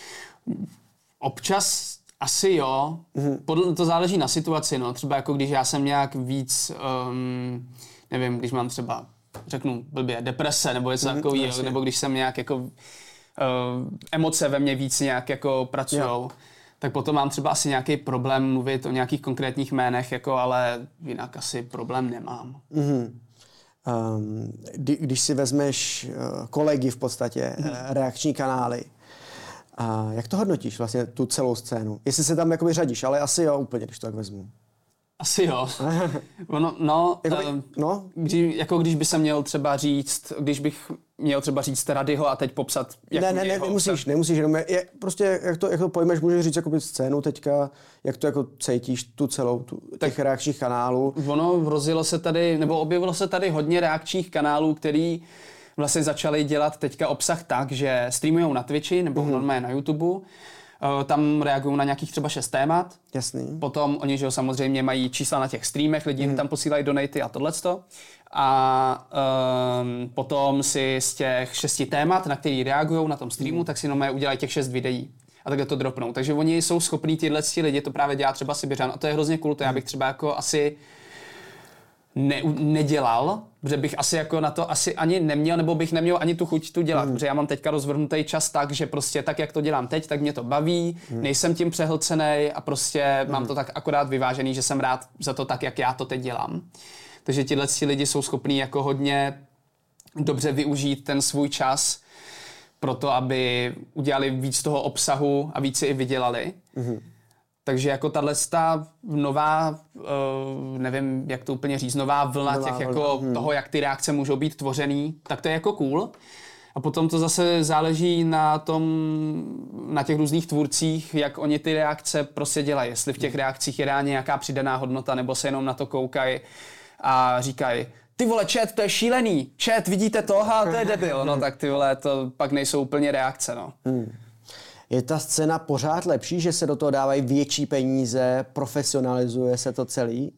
občas asi jo. Mm-hmm. Podle, to záleží na situaci, no. Třeba jako když já jsem nějak víc, um, nevím, když mám třeba, řeknu blbě, deprese nebo něco mm-hmm, takového, nebo když jsem nějak jako, uh, emoce ve mně víc nějak jako pracujou, yeah. tak potom mám třeba asi nějaký problém mluvit o nějakých konkrétních jménech, jako, ale jinak asi problém nemám. Mm-hmm. Um, kdy, když si vezmeš uh, kolegy v podstatě, mm-hmm. reakční kanály, a jak to hodnotíš vlastně tu celou scénu? Jestli se tam jakoby řadíš, ale asi jo úplně, když to tak vezmu. Asi jo. no, no, jakoby, um, no? Kdy, jako když by se měl třeba říct, když bych měl třeba říct Radyho a teď popsat, jak Ne, ne, ne, nemusíš, nemusíš, jenom je, prostě jak to, jak to pojmeš, můžeš říct jakoby scénu teďka, jak to jako cítíš tu celou, tu, těch reakčních kanálů. Ono rozjelo se tady, nebo objevilo se tady hodně reakčních kanálů, který vlastně začali dělat teďka obsah tak, že streamujou na Twitchi nebo mm-hmm. normálně na YouTube. Tam reagují na nějakých třeba šest témat. Jasný. Potom oni, že jo, samozřejmě mají čísla na těch streamech, lidi jim mm. tam posílají donaty a tohleto. A um, potom si z těch šesti témat, na který reagují na tom streamu, mm. tak si normálně udělají těch šest videí. A takhle to dropnou. Takže oni jsou schopní tyhle lidi, to právě dělá třeba Sibiřan. A to je hrozně cool, to já bych třeba jako asi ne, nedělal, protože bych asi jako na to asi ani neměl, nebo bych neměl ani tu chuť tu dělat, mm. protože já mám teďka rozvrhnutý čas tak, že prostě tak, jak to dělám teď, tak mě to baví, mm. nejsem tím přehlcenej a prostě mm. mám to tak akorát vyvážený, že jsem rád za to tak, jak já to teď dělám. Takže tihle lidi jsou schopní jako hodně dobře využít ten svůj čas pro to, aby udělali víc toho obsahu a víc si i vydělali. Mm. Takže jako tahle nová, uh, nevím, jak to úplně říct, nová vlna nová těch vlna. Jako hmm. toho, jak ty reakce můžou být tvořený, tak to je jako cool. A potom to zase záleží na tom, na těch různých tvůrcích, jak oni ty reakce prostě dělají. Jestli v těch reakcích je reálně nějaká přidaná hodnota, nebo se jenom na to koukají a říkají, ty vole, chat, to je šílený, chat, vidíte to, ha, to je debil. No tak ty vole, to pak nejsou úplně reakce, no. Hmm. Je ta scéna pořád lepší, že se do toho dávají větší peníze, profesionalizuje se to celý?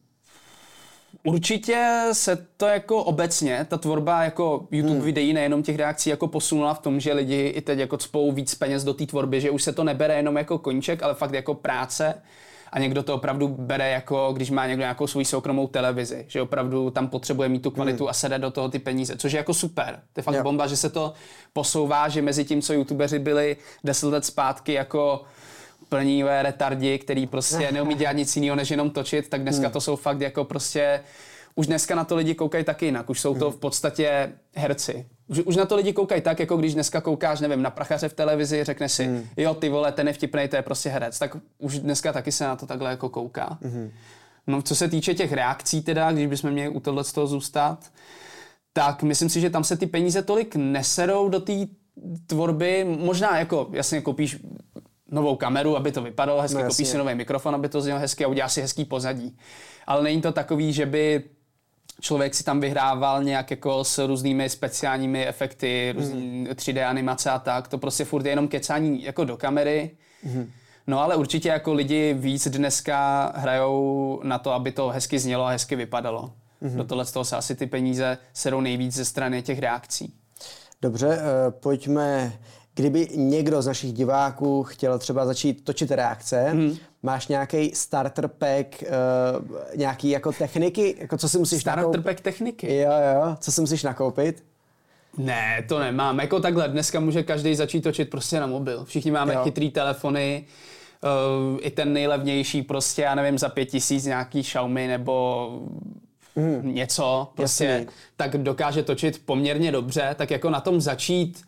Určitě se to jako obecně, ta tvorba jako YouTube hmm. videí, nejenom těch reakcí, jako posunula v tom, že lidi i teď jako cpou víc peněz do té tvorby, že už se to nebere jenom jako koníček, ale fakt jako práce. A někdo to opravdu bere jako, když má někdo nějakou svou soukromou televizi, že opravdu tam potřebuje mít tu kvalitu hmm. a se jde do toho ty peníze, což je jako super. To je fakt yep. bomba, že se to posouvá, že mezi tím, co youtubeři byli deset let zpátky jako plní retardi, který prostě neumí dělat nic jiného, než jenom točit, tak dneska hmm. to jsou fakt jako prostě, už dneska na to lidi koukají taky jinak, už jsou to v podstatě herci. Už, už na to lidi koukají tak, jako když dneska koukáš, nevím, na Prachaře v televizi, řekne si, hmm. jo, ty vole, ten je vtipnej, to je prostě herec. Tak už dneska taky se na to takhle jako kouká. Hmm. No, co se týče těch reakcí teda, když bychom měli u tohle z toho zůstat, tak myslím si, že tam se ty peníze tolik neserou do té tvorby. Možná jako, jasně, koupíš novou kameru, aby to vypadalo hezky, no, koupíš si nový mikrofon, aby to znělo hezky a uděláš si hezký pozadí. Ale není to takový, že by člověk si tam vyhrával nějak jako s různými speciálními efekty, různý mm. tři dé animace a tak. To prostě furt je jenom kecání jako do kamery. Mm. No ale určitě jako lidi víc dneska hrajou na to, aby to hezky znělo a hezky vypadalo. Mm. Do tohle z toho se asi ty peníze serou nejvíc ze strany těch reakcí. Dobře, uh, pojďme. Kdyby někdo z našich diváků chtěl třeba začít točit reakce, hmm. máš nějaký starter pack, uh, nějaký jako techniky? Jako co si musíš starter nakoupit? pack techniky? Jo, jo. Co si musíš nakoupit? Ne, to nemám. Jako takhle, dneska může každý začít točit prostě na mobil. Všichni máme jo. chytrý telefony, uh, i ten nejlevnější prostě, já nevím, za pět tisíc nějaký Xiaomi nebo hmm. něco, prostě Jasný. tak dokáže točit poměrně dobře, tak jako na tom začít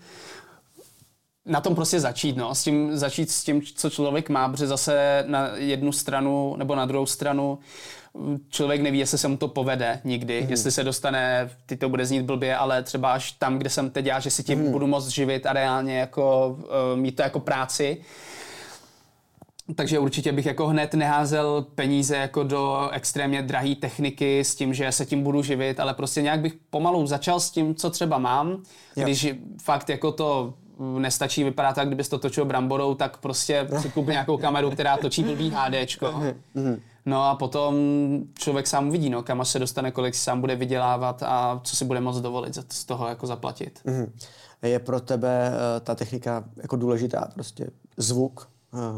Na tom prostě začít, no, s tím, začít s tím, co člověk má, protože zase na jednu stranu nebo na druhou stranu člověk neví, jestli se mu to povede nikdy, mm. jestli se dostane, ty to bude znít blbě, ale třeba až tam, kde jsem teď já, že si tím mm. budu moct živit a reálně jako, uh, mít to jako práci. Takže určitě bych jako hned neházel peníze jako do extrémně drahé techniky s tím, že se tím budu živit, ale prostě nějak bych pomalu začal s tím, co třeba mám, yep. když fakt jako to nestačí, vypadá tak, kdybys to točil bramborou, tak prostě si koupí nějakou kameru, která točí blbý HDčko. No a potom člověk sám uvidí, no, kam až se dostane, kolik si sám bude vydělávat a co si bude moct dovolit z toho jako zaplatit. Je pro tebe ta technika jako důležitá, prostě zvuk,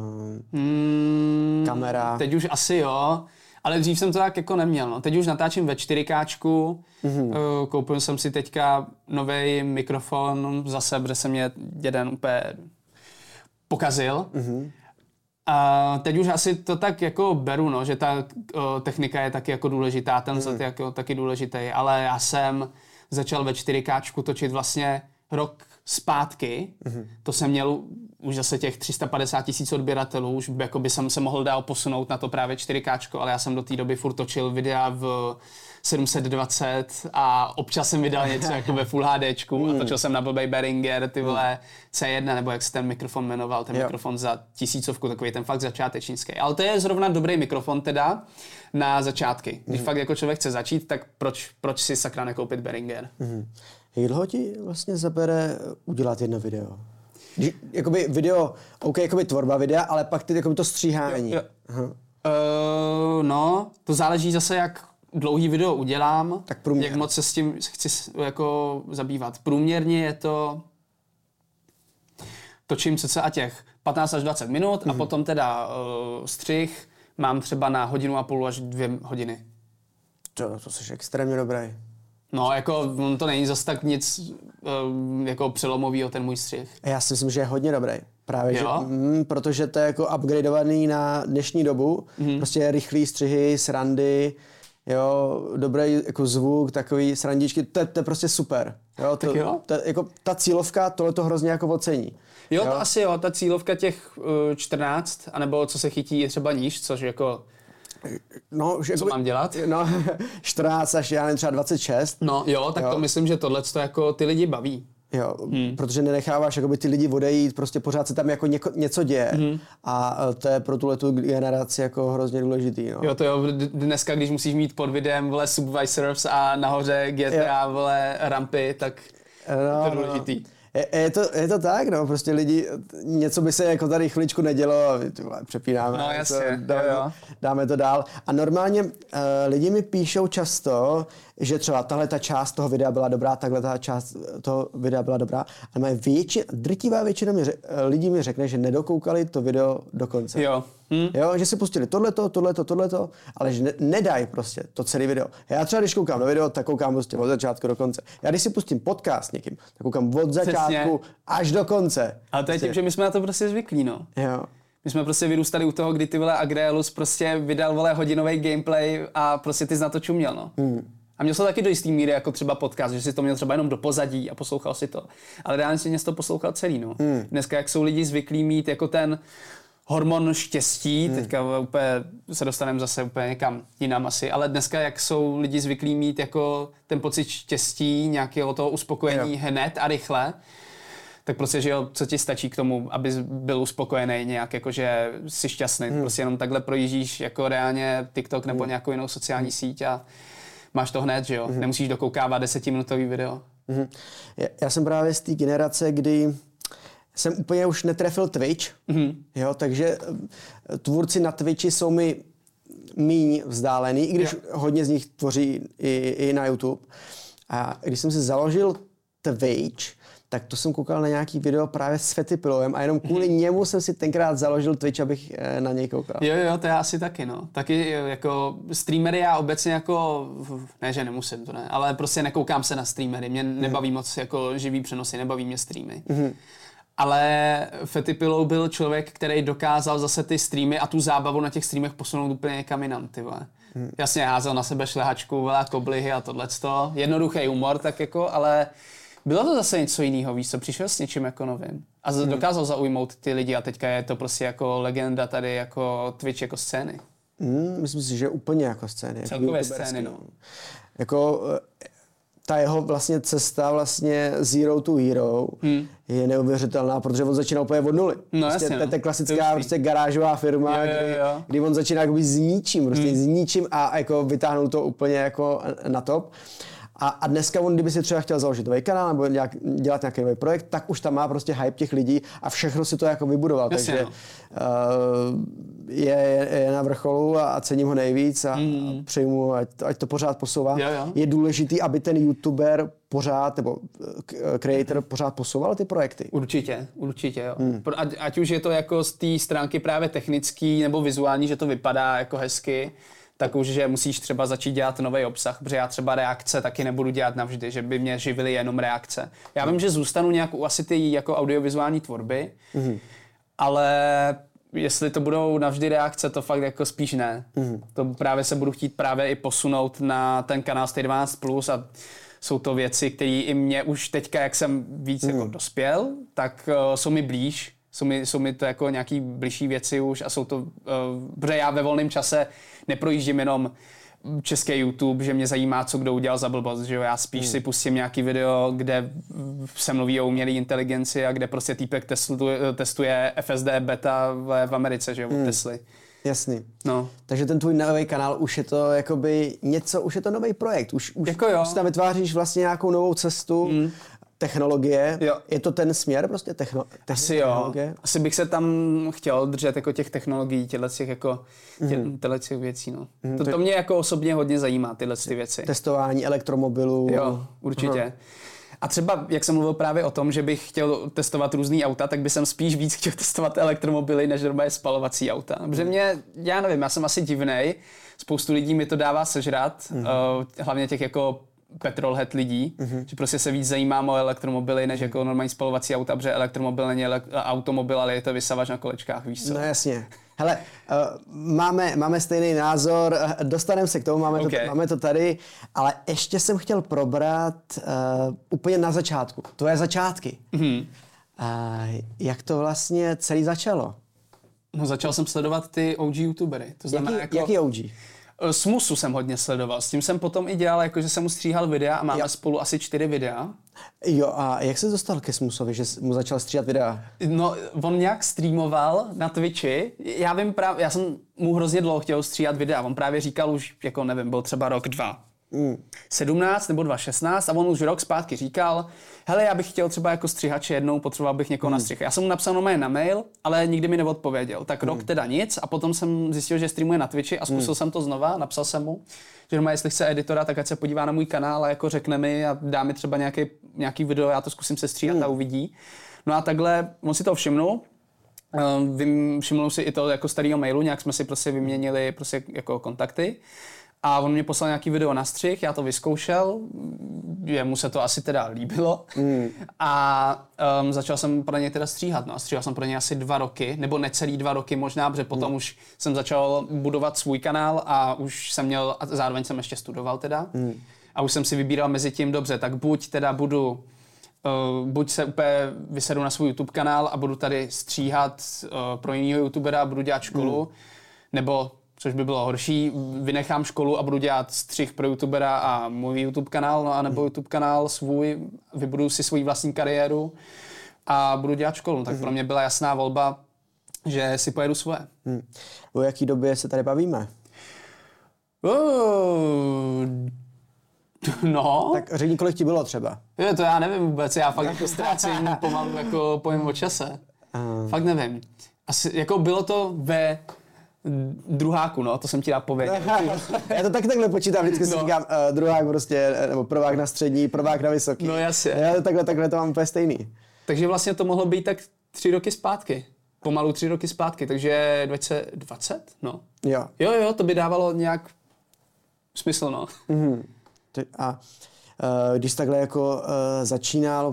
hmm, kamera? Teď už asi jo. Ale dřív jsem to tak jako neměl. No. Teď už natáčím ve čtyři ká, mm-hmm. koupil jsem si teďka nový mikrofon zase, protože se mě jeden úplně pokazil. Mm-hmm. A teď už asi to tak jako beru, no, že ta o, technika je taky jako důležitá, ten vzhled mm-hmm. je jako taky důležitý, ale já jsem začal ve čtyři ká točit vlastně rok zpátky. Mm-hmm. To jsem měl už zase těch tři sta padesát tisíc odběratelů, už jako by jsem se mohl dál posunout na to právě čtyři ká, ale já jsem do té doby furt točil videa v sedm set dvacet a občas jsem vydal něco jako ve Full HDčku mm. a točil jsem na blbej Behringer, ty vole cé jedna, nebo jak se ten mikrofon jmenoval, ten jo. mikrofon za tisícovku, takový ten fakt začátečnický. Ale to je zrovna dobrý mikrofon teda na začátky. Když mm. fakt jako člověk chce začít, tak proč, proč si sakra nekoupit Behringer? Mm. Jak dlouho ti vlastně zabere udělat jedno video? Když, jakoby video, OK, jakoby tvorba videa, ale pak ty jakoby to stříhání. Jo, jo. Uh, no, to záleží zase, jak dlouhý video udělám, tak průměr. Jak moc se s tím chci jako zabývat. Průměrně je to, točím cca těch patnáct až dvacet minut mm-hmm. a potom teda uh, střih mám třeba na hodinu a půl až dvě hodiny. To, to jsi extrémně dobrý. No, jako to není zase tak nic uh, jako přelomovýho ten můj střih. Já si myslím, že je hodně dobrý. Právě, že, mm, protože to je jako upgradeovaný na dnešní dobu. Mm-hmm. Prostě rychlý střihy, srandy, jo, dobrý jako zvuk, takový srandičky, to, to je prostě super. Jo, to, tak jo. To, jako, ta cílovka tohle to hrozně jako ocení. Jo, jo, to asi jo, ta cílovka těch uh, čtrnáct, anebo co se chytí je třeba níž, což jako... No, že co jako, mám dělat? No, čtrnáct až já nevím, třeba dvacet šest. No jo, tak jo. To myslím, že tohle to jako ty lidi baví. Jo, hmm. protože nenecháváš jakoby ty lidi odejít, prostě pořád se tam jako něko, něco děje hmm. a to je pro tuhletu generaci jako hrozně důležitý. No. Jo, to jo, dneska, když musíš mít pod videem, vole, Subvisors a nahoře G T A, vole, rampy, tak no, to je důležitý. No. Je, je, to, je to tak, no, prostě lidi, něco by se jako tady chviličku nedělo a přepínáme. No jasně, to, dáme, jo, jo. dáme to dál. A normálně uh, lidi mi píšou často, že třeba tahle ta část toho videa byla dobrá, takhle ta část toho videa byla dobrá, ale mají většina, drtivá většina mi, lidí mi řekne, že nedokoukali to video do konce. Jo. Hm. Jo, že si pustili tohleto, tohleto, tohleto, ale že ne, nedají prostě to celé video. Já třeba, když koukám na video, tak koukám prostě od začátku do konce. Já když si pustím podcast někým, tak koukám od začátku Přesně. až do konce. Ale to je tím, že my jsme na to prostě zvyklí, no. Jo. My jsme prostě vyrůstali u toho, kdy ty vole Agreelus prostě vydal vole hodinový gameplay a prostě ty jsi na to čuměl, no. Hmm. A měl jsi to taky do jistý míry jako třeba podcast, že jsi to měl třeba jenom do pozadí a poslouchal si to. Ale reálně si to poslouchal celý, no. Hmm. Dneska, jak jsou lidi zvyklí mít jako ten hormon štěstí, hmm. teďka úplně se dostaneme zase úplně někam jinam asi, ale dneska, jak jsou lidi zvyklí mít jako ten pocit štěstí, nějakého toho uspokojení jo. hned a rychle, tak prostě, že jo, co ti stačí k tomu, abys byl uspokojený nějak, jakože jsi šťastný. Hmm. Prostě jenom takhle projíždíš jako reálně TikTok nebo hmm. nějakou jinou sociální síť a máš to hned, že jo. Hmm. Nemusíš dokoukávat desetiminutový video. Hmm. Já, já jsem právě z té generace, kdy jsem úplně už netrefil Twitch, mm-hmm. jo, takže tvůrci na Twitchi jsou mi míň vzdálený, i když jo. hodně z nich tvoří i, i na YouTube. A když jsem si založil Twitch, tak to jsem koukal na nějaký video právě s Fetipilovem a jenom kvůli mm-hmm. němu jsem si tenkrát založil Twitch, abych na něj koukal. Jo, jo, to já asi taky, no. Taky jako streamery já obecně jako, ne, že nemusím, to ne, ale prostě nekoukám se na streamery. Mě mm. nebaví moc jako živý přenosy, nebaví mě streamy. Mm-hmm. Ale Fetipilou byl člověk, který dokázal zase ty streamy a tu zábavu na těch streamech posunout úplně někam jinam, ty vole. Hmm. Jasně, házel na sebe šlehačku, vole, koblihy a tohleto. Jednoduchý humor, tak jako, ale bylo to zase něco jiného, víš co, přišel s něčím jako novým. A hmm. dokázal zaujmout ty lidi a teďka je to prostě jako legenda tady, jako Twitch, jako scény. Hmm, myslím si, že úplně jako scény. Celkové jako scény, no. Jako... ta jeho vlastně cesta vlastně zero to hero hmm. je neuvěřitelná, protože on začíná úplně od nuly. No, prostě jasně, to je klasická prostě garážová firma, jo, jo, jo. Kdy, kdy on začíná jakoby s ničím, prostě hmm. s ničím a jako vytáhnul to úplně jako na top. A, a dneska on, kdyby si třeba chtěl založit nový kanál nebo nějak, dělat nějaký nový projekt, tak už tam má prostě hype těch lidí a všechno si to jako vybudoval. Jasně, takže no. uh, je, je na vrcholu a, a cením ho nejvíc a, mm. a přeju mu, ať, ať to pořád posouvá. Jo, jo. Je důležitý, aby ten YouTuber pořád, nebo creator pořád posouval ty projekty. Určitě, určitě, jo. Mm. Ať, ať už je to jako z té stránky právě technický nebo vizuální, že to vypadá jako hezky, tak už, že musíš třeba začít dělat nový obsah, protože já třeba reakce taky nebudu dělat navždy, že by mě živily jenom reakce. Já vím, že zůstanu nějak u asi ty jako audiovizuální tvorby, mm. ale jestli to budou navždy reakce, to fakt jako spíš ne. Mm. To právě se budu chtít právě i posunout na ten kanál Stay dvanáct plus a jsou to věci, které i mě už teďka, jak jsem víc mm. jako dospěl, tak uh, jsou mi blíž. Jsou mi, jsou mi to jako nějaký bližší věci už a jsou to, uh, protože já ve volném čase neprojíždím jenom český YouTube, že mě zajímá, co kdo udělal za blbost, že jo, já spíš hmm. si pustím nějaký video, kde se mluví o umělé inteligenci a kde prostě týpek testuje, testuje F S D beta v Americe, že jo, hmm. Tesly. Jasný. No. Takže ten tvůj nový kanál už je to jakoby něco, už je to nový projekt. Už, už, jako jo. už tam vytváříš vlastně nějakou novou cestu, mm. technologie. Jo. Je to ten směr prostě techno, Asi technologie? Jo. Asi bych se tam chtěl držet jako těch technologií, těchto těch jako tě, mm. těch věcí. No. Mm, to, to mě jako osobně hodně zajímá, tyhle ty věci. Testování elektromobilů. Jo, určitě. Aha. A třeba, jak jsem mluvil právě o tom, že bych chtěl testovat různý auta, tak bych jsem spíš víc chtěl testovat elektromobily, než normálně spalovací auta. Protože mě, já nevím, já jsem asi divnej, spoustu lidí mi to dává sežrat, mm. uh, hlavně těch jako petrolhead lidí, mm-hmm. že prostě se víc zajímám o elektromobily, než jako normální spalovací auta, protože elektromobil není ele- automobil, ale je to vysavač na kolečkách, víš co? No jasně. Hele, uh, máme, máme stejný názor, dostaneme se k tomu, máme, okay. to, máme to tady, ale ještě jsem chtěl probrat uh, úplně na začátku, tvoje začátky. Mm-hmm. Uh, jak to vlastně celý začalo? No začal jsem sledovat ty O G youtubery. To znamená jaký, jako... jaký O G? Smusu jsem hodně sledoval, s tím jsem potom i dělal, jakože jsem mu stříhal videa a máme jo. spolu asi čtyři videa. Jo, a jak se dostal ke Smusovi, že mu začal stříhat videa? No, on nějak streamoval na Twitchi, já vím právě, já jsem mu hrozně dlouho chtěl stříhat videa, on právě říkal už, jako nevím, byl třeba rok, dva. Mm. sedmnáct nebo dva šestnáct a on už rok zpátky říkal, hele, já bych chtěl třeba jako střihače jednou, potřeboval bych někoho mm. na střih. Já jsem mu napsal normálně na mail, ale nikdy mi neodpověděl. Tak rok mm. teda nic a potom jsem zjistil, že streamuje na Twitchi a zkusil mm. jsem to znova, napsal jsem mu, že normálně, jestli chce editora, tak ať se podívá na můj kanál a jako řekne mi a dá mi třeba nějaký, nějaký video, já to zkusím se stříhat mm. a uvidí. No a takhle, on si to všimnul, um, všimnul si i to jako starého mailu, nějak jsme si prostě vyměnili prostě jako kontakty. A on mě poslal nějaký video na střih, já to vyzkoušel, jemu se to asi teda líbilo mm. a um, začal jsem pro něj teda stříhat. No a stříhal jsem pro něj asi dva roky, nebo necelý dva roky možná, protože potom mm. už jsem začal budovat svůj kanál a už jsem měl, a zároveň jsem ještě studoval teda mm. a už jsem si vybíral mezi tím dobře, tak buď teda budu, uh, buď se úplně vysedu na svůj YouTube kanál a budu tady stříhat uh, pro jiného youtubera a budu dělat školu, mm. nebo což by bylo horší, vynechám školu a budu dělat střih pro youtubera a můj YouTube kanál, no a nebo YouTube kanál svůj, vybuduju si svou vlastní kariéru a budu dělat školu. Tak pro mě byla jasná volba, že si pojedu svoje. Hmm. O jaký době se tady bavíme? Uh, no. Tak řekni, kolik ti bylo třeba. Jo, to já nevím vůbec, já fakt jako ztrácím pomalu jako pojem o čase. Uh. Fakt nevím. Asi, jako bylo to ve druháku, no, to jsem ti dá povědět. Já to taky takhle počítám, vždycky si no. říkám uh, druhák prostě, nebo prvák na střední, prvák na vysoký. No jasně. Já takhle, takhle to mám úplně stejný. Takže vlastně to mohlo být tak tři roky zpátky. Pomalu tři roky zpátky, takže dvacet dvacet, no. Jo. Jo, jo, to by dávalo nějak smysl, no. Mm-hmm. A uh, když takhle jako uh, začínal,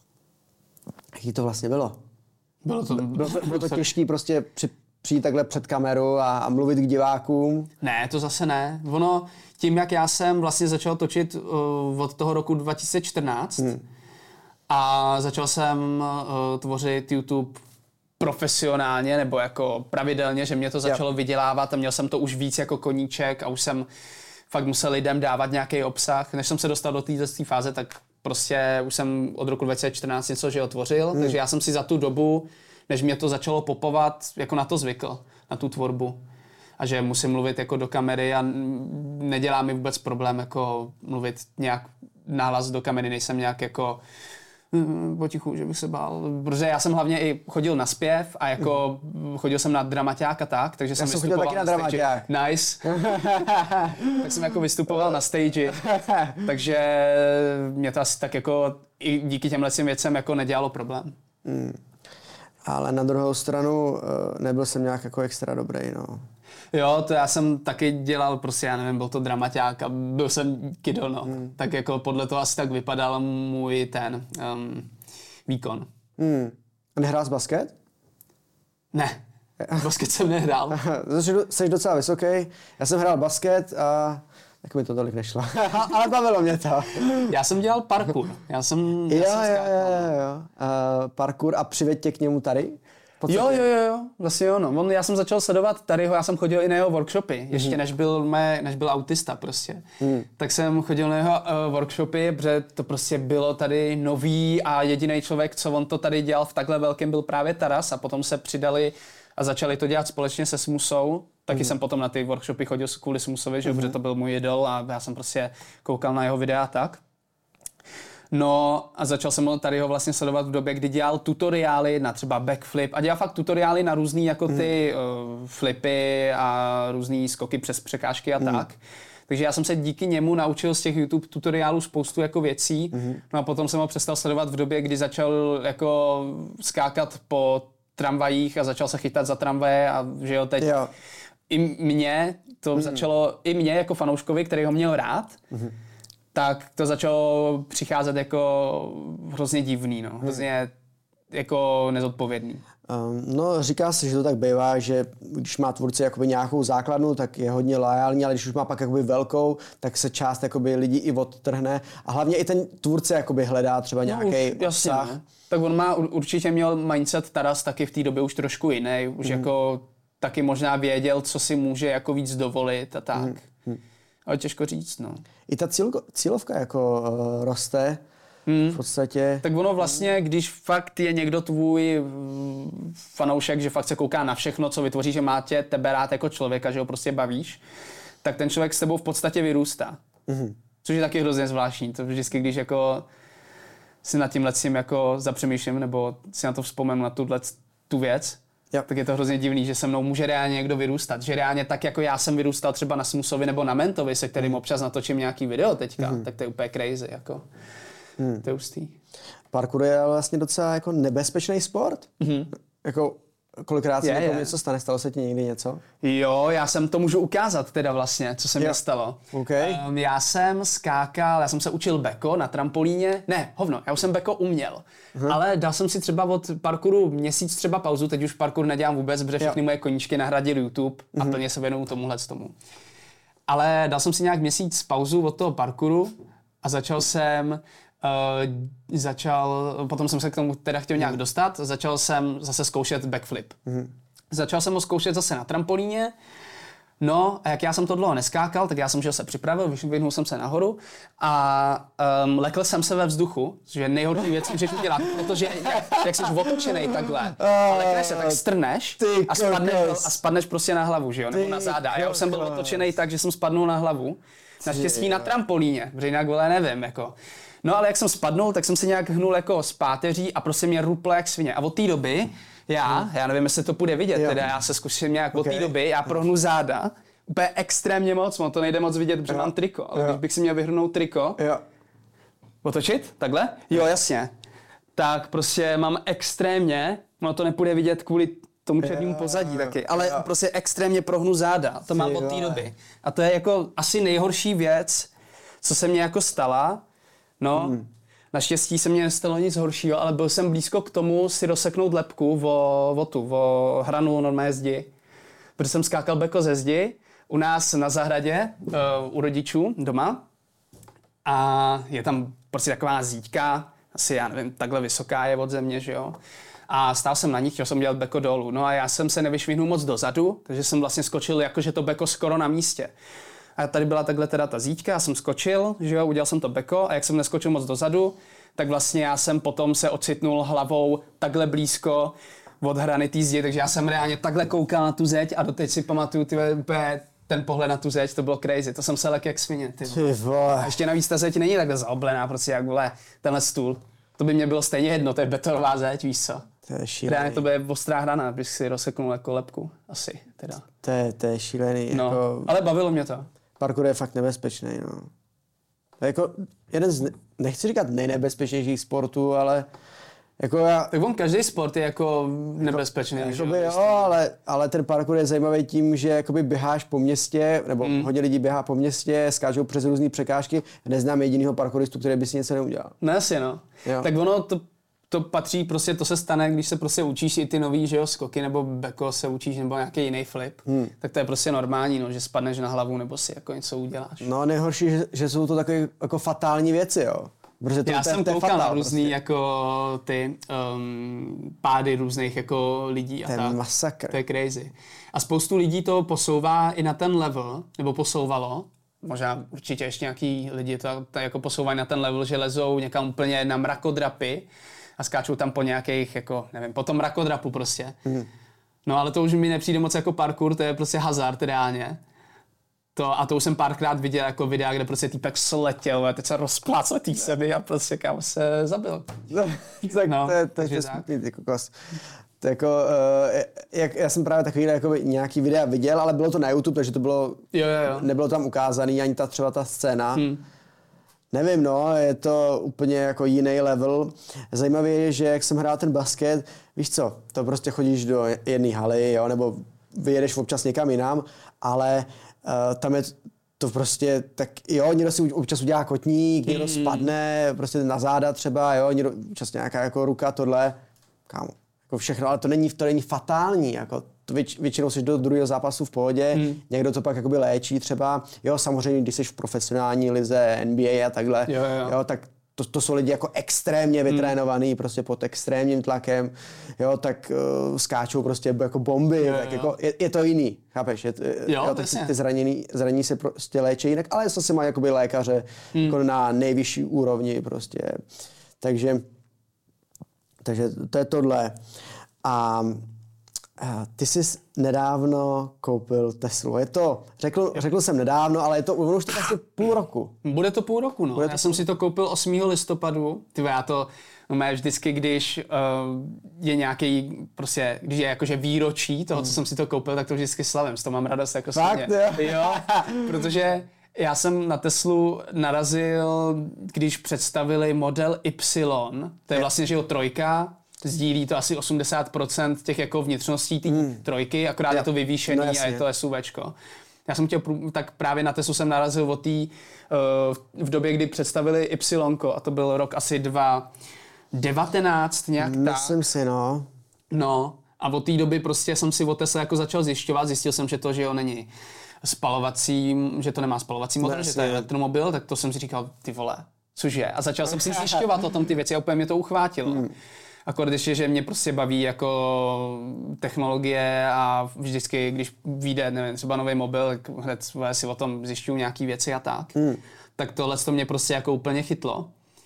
jaký to vlastně bylo? Bylo to, bylo, bylo to těžký prostě při přijít takhle před kameru a, a mluvit k divákům? Ne, to zase ne. Ono, tím, jak já jsem vlastně začal točit uh, od toho roku dva tisíce čtrnáct hmm. a začal jsem uh, tvořit YouTube profesionálně nebo jako pravidelně, že mě to začalo yep. vydělávat a měl jsem to už víc jako koníček a už jsem fakt musel lidem dávat nějaký obsah. Než jsem se dostal do této fáze, tak prostě už jsem od roku dva tisíce čtrnáct něco že otvořil, hmm. takže já jsem si za tu dobu, než mě to začalo popovat, jako na to zvykl, na tu tvorbu. A že musím mluvit jako do kamery a nedělá mi vůbec problém jako mluvit nějak nahlas do kamery, nejsem nějak jako potichu, že bych se bál. Protože já jsem hlavně i chodil na zpěv a jako chodil jsem na dramaťák a tak, takže jsem, jsem vystupoval taky na, na dramaťák. Nice. Tak jsem jako vystupoval na stage. Takže mě to asi tak jako i díky těmhle věcem jako nedělalo problém. Hmm. Ale na druhou stranu nebyl jsem nějak jako extra dobrý, no. Jo, to já jsem taky dělal, prostě já nevím, byl to dramaťák a byl jsem kiddo, no. Hmm. Tak jako podle toho asi tak vypadal můj ten um, výkon. Hmm. Nehrál jsi basket? Ne, basket jsem nehrál. Jsi docela vysoký, já jsem hrál basket a tak mi to tolik nešlo. Ale bavilo mě to. Já jsem dělal parkour. Já jsem... Jo, jo, jo, jo. Uh, parkour a přiveď tě k němu tady? Jo, jo, jo, jo, vlastně jo, no. On, já jsem začal sledovat Tadyho, já jsem chodil i na jeho workshopy, ještě mm. než, byl mé, než byl autista prostě. Mm. Tak jsem chodil na jeho uh, workshopy, protože to prostě bylo tady nový a jediný člověk, co on to tady dělal v takhle velkém, byl právě Taras a potom se přidali a začali to dělat společně se Smusou Taky mm. jsem potom na ty workshopy chodil kvůli Smusovi, že, mm. protože to byl můj idol a já jsem prostě koukal na jeho videa tak. No a začal jsem ho tady ho vlastně sledovat v době, kdy dělal tutoriály na třeba backflip a dělal fakt tutoriály na různý jako ty mm. uh, flipy a různý skoky přes překážky a mm. tak. Takže já jsem se díky němu naučil z těch YouTube tutoriálů spoustu jako věcí. Mm. No a potom jsem ho přestal sledovat v době, kdy začal jako skákat po tramvajích a začal se chytat za tramvaje a že jo teď jo. i mě to mm. začalo, i mě jako fanouškovi, který ho měl rád, mm. tak to začalo přicházet jako hrozně divný, no. Hrozně jako nezodpovědný. Um, no, říká se, že to tak bývá, že když má tvůrce jakoby nějakou základnu, tak je hodně loajální, ale když už má pak jakoby velkou, tak se část jakoby lidí i odtrhne a hlavně i ten tvůrce jakoby hledá třeba nějaký no, obsah. Ne? Tak on má určitě měl mindset Taras taky v té době už trošku jiný, už mm. jako taky možná věděl, co si může jako víc dovolit a tak. Mm. Ale těžko říct, no. I ta cílko, cílovka jako uh, roste. Hmm. V podstatě. Tak ono vlastně, když fakt je někdo tvůj fanoušek, že fakt se kouká na všechno, co vytvoří, že má tě tebe rád jako člověka, že ho prostě bavíš, tak ten člověk s tebou v podstatě vyrůstá. Hmm. Což je taky hrozně zvláštní. To vždycky, když jako si nad tímhle tím jako zapřemýšlím, nebo si na to vzpomenu, na tuhle tu věc, jo. tak je to hrozně divný, že se mnou může reálně někdo vyrůstat. Že reálně tak, jako já jsem vyrůstal třeba na Smusovi nebo na Mentovi, se kterým občas natočím nějaký video teďka, hmm. tak to je úplně crazy, jako. Hmm. To je hustý. Parkour je vlastně docela jako nebezpečný sport. Mm-hmm. Jako kolikrát se někomu něco stane, stalo se ti někdy něco? Jo, já jsem to můžu ukázat teda vlastně, co se mi stalo. Okay. Um, já jsem skákal, já jsem se učil beko na trampolíně. Ne, hovno, já už jsem beko uměl. Uh-huh. Ale dal jsem si třeba od parkouru měsíc třeba pauzu, teď už parkour nedělám vůbec, protože všechny jo. moje koníčky nahradil YouTube uh-huh. a plně se věnuju tomuhle tomu. Ale dal jsem si nějak měsíc pauzu od toho parkouru a začal jsem Uh, začal, potom jsem se k tomu teda chtěl nějak dostat, začal jsem zase zkoušet backflip. Mm. Začal jsem ho zkoušet zase na trampolíně, no a jak já jsem to dlouho neskákal, tak já jsem že se připravil, vyhnul jsem se nahoru a um, lekl jsem se ve vzduchu, že nejhorší věc můžeš udělat, protože jak, jak jsi otočenej takhle, a lekneš se, tak strneš a spadneš, a spadneš prostě na hlavu, že jo, nebo na záda. A já už jsem byl otočenej tak, že jsem spadnul na hlavu, naštěstí na trampolíně, protože jinak vole nevím, jako. No ale jak jsem spadnul, tak jsem se nějak hnul jako z páteří a prostě mě ruplo jak svině. A od té doby já, já nevím, jestli to půjde vidět, teda já se zkusím nějak okay. od té doby, já prohnu záda, úplně extrémně moc, no to nejde moc vidět, protože jo. mám triko, ale jo. když bych si měl vyhrnout triko, jo. otočit, takhle, jo jasně, tak prostě mám extrémně, no to nepůjde vidět kvůli tomu černému pozadí taky, ale jo. prostě extrémně prohnu záda, to mám od té doby. A to je jako asi nejhorší věc, co se mně jako stala. No, hmm. naštěstí se mně nestalo nic horšího, ale byl jsem blízko k tomu si rozseknout lebku o, o tu, o hranu normálně zdi. Protože jsem skákal beko ze zdi u nás na zahradě, uh, u rodičů doma. A je tam prostě taková zíďka, asi já nevím, takhle vysoká je od země, že jo. A stál jsem na ní, chtěl jsem dělat beko dolů. No a já jsem se nevyšvihnul moc dozadu, takže jsem vlastně skočil jakože to beko skoro na místě. A tady byla takhle teda ta zíďka, já jsem skočil, že jo, udělal jsem to beko a jak jsem neskočil moc dozadu, tak vlastně já jsem potom se ocitnul hlavou takhle blízko od hrany té zdi, takže já jsem reálně takhle koukal na tu zeď a doteď si pamatuju ty úplně ten pohled na tu zeď, to bylo crazy, to jsem se lek jak svině, ty vole. A ještě navíc ta zeď není takhle zaoblená, prostě jak vole, tenhle stůl. To by mě bylo stejně jedno, to je betonová zeď, víš co. To je šílený. Reálně to bude ostrá hrana, bych si rozseknul jako lebku, asi teda. To je, to je šílený. No, jako... ale bavilo mě to. Parkour je fakt nebezpečný, no. To je jako jeden z, ne, nechci říkat nejnebezpečnějších sportů, ale jako já... Tak on každý sport je jako nebezpečný. Jako, jakoby, jo, ale, ale ten parkour je zajímavý tím, že jakoby běháš po městě, nebo mm. hodně lidí běhá po městě, skáčou přes různé překážky. Neznám jedinýho parkouristu, který by si něco neudělal. No asi, no. Jo. Tak ono to, to patří, prostě to se stane, když se prostě učíš i ty nový, že jo, skoky, nebo beko se učíš, nebo nějaký jiný flip, hmm. tak to je prostě normální, no, že spadneš na hlavu, nebo si jako něco uděláš. No nejhorší, že, že jsou to takové jako fatální věci, jo. Protože to, Já to, jsem to koukal na různý prostě. Jako ty um, pády různých jako lidí a tak. To je masakr. To je crazy. A spoustu lidí to posouvá i na ten level, nebo posouvalo, možná určitě ještě nějaký lidi to, to jako posouvají na ten level, že lezou někam úplně na mrakodrapy a skáčou tam po nějakých, jako, nevím, po tom mrakodrapu prostě. Hmm. No ale to už mi nepřijde moc jako parkour, to je prostě hazard reálně. To, a to už jsem párkrát viděl jako videa, kde prostě týpek sletěl, a teď se rozplácel tý seby a prostě kam se zabil. No, tak no, to je, to je smutný, ty kokos. To jako, uh, jak, já jsem právě takový jako nějaký videa viděl, ale bylo to na YouTube, takže to bylo, jo, jo, jo. nebylo tam ukázaný ani ta třeba ta scéna. Hmm. Nevím, no, je to úplně jako jiný level. Zajímavé je, že jak jsem hrál ten basket, víš co, to prostě chodíš do jedné haly, jo, nebo vyjedeš občas někam jinam, ale uh, tam je to prostě, tak jo, někdo si občas udělá kotník, někdo mm. spadne prostě na záda třeba, jo, někdo, občas nějaká jako ruka, tohle, kámo, jako všechno, ale to není, to není fatální, jako to věč, většinou jsi do druhého zápasu v pohodě, mm. někdo to pak jakoby léčí třeba, jo, samozřejmě, když jsi v profesionální lize N B A a takhle, jo, jo. jo tak To, to jsou lidi jako extrémně vytrénovaný, hmm. prostě pod extrémním tlakem, jo, tak uh, skáčou prostě jako bomby, jo, tak jo. Jako je, je to jiný, chápeš? Je, jo, jo, tak ty zranění, zranění se prostě léčí jinak, ale zase mají jakoby lékaře hmm. jako na nejvyšší úrovni prostě. Takže, takže to je tohle. A ty jsi nedávno koupil Teslu. Je to, řekl, řekl jsem nedávno, ale je to už to asi půl roku. Bude to půl roku, no. Bude já to jsem půl... si to koupil osmého listopadu. Ty já to no, vždycky, když uh, je nějaký, prostě, když je jakože výročí toho, hmm. co jsem si to koupil, tak to vždycky slavím. Z toho mám radost jako Fakt, jo? jo, protože já jsem na Teslu narazil, když představili model Y, to je vlastně, že jo, trojka, sdílí to asi osmdesát procent těch jako vnitřností té hmm. trojky, akorát ja. je to vyvýšený no, a je to SUVčko. Já jsem chtěl, tak právě na Teslu jsem narazil o tý, uh, v době, kdy představili Y, a to byl rok asi dva tisíce devatenáct nějak tak. Myslím si, no. No, a od té doby prostě jsem si o Tesla jako začal zjišťovat, zjistil jsem, že to, že jo, není spalovací, že to nemá spalovací motor, no, že to je elektromobil, tak to jsem si říkal, ty vole, cože? A začal jsem si zjišťovat o tom ty věci a úplně mě to uchvátilo. Hmm. Akorát ještě, že mě prostě baví jako technologie a vždycky, když vyjde, nevím, třeba nový mobil, tak hned si o tom zjišťuju nějaký věci a tak. Hmm. Tak tohle to mě prostě jako úplně chytlo.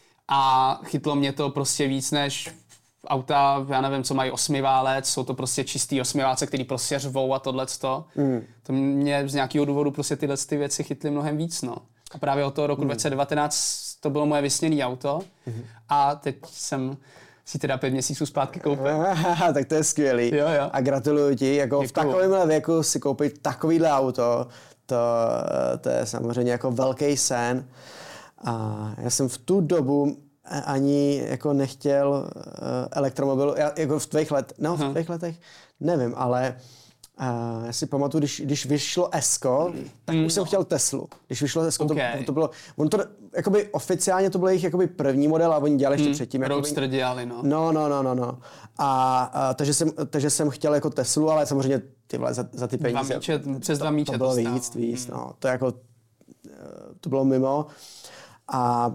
A chytlo mě to prostě víc než auta, já nevím, co mají osmiválec, jsou to prostě čistý osmiválce, který prostě řvou a tohleto. Hmm. To mě z nějakého důvodu prostě tyhle ty věci chytly mnohem víc, no. A právě od toho roku hmm. dva tisíce devatenáct to bylo moje vysněné auto hmm. a teď jsem si teda pět měsíců zpátky koupil. Tak to je skvělý. Jo, jo. A gratuluju ti. Jako v takovémhle věku si koupit takovýhle auto, to, to je samozřejmě jako velký sen. A já jsem v tu dobu ani jako nechtěl uh, elektromobil, já, jako v tvých let, no v tvých letech, nevím, ale uh, já si pamatuju, když, když vyšlo Esko, tak mm. už jsem chtěl Teslu. Když vyšlo Esko, okay. to, to bylo, on to, jakoby oficiálně to byl jejich jakoby první model a oni dělali ještě mm. předtím. Roadster dělali, no. No, no, no, no, no. A, a takže, jsem, takže jsem chtěl jako Teslu, ale samozřejmě ty vole, za, za ty peníze. Dva míče, přes dva míče to, to bylo to víc, víc, mm. no. To jako, to bylo mimo. A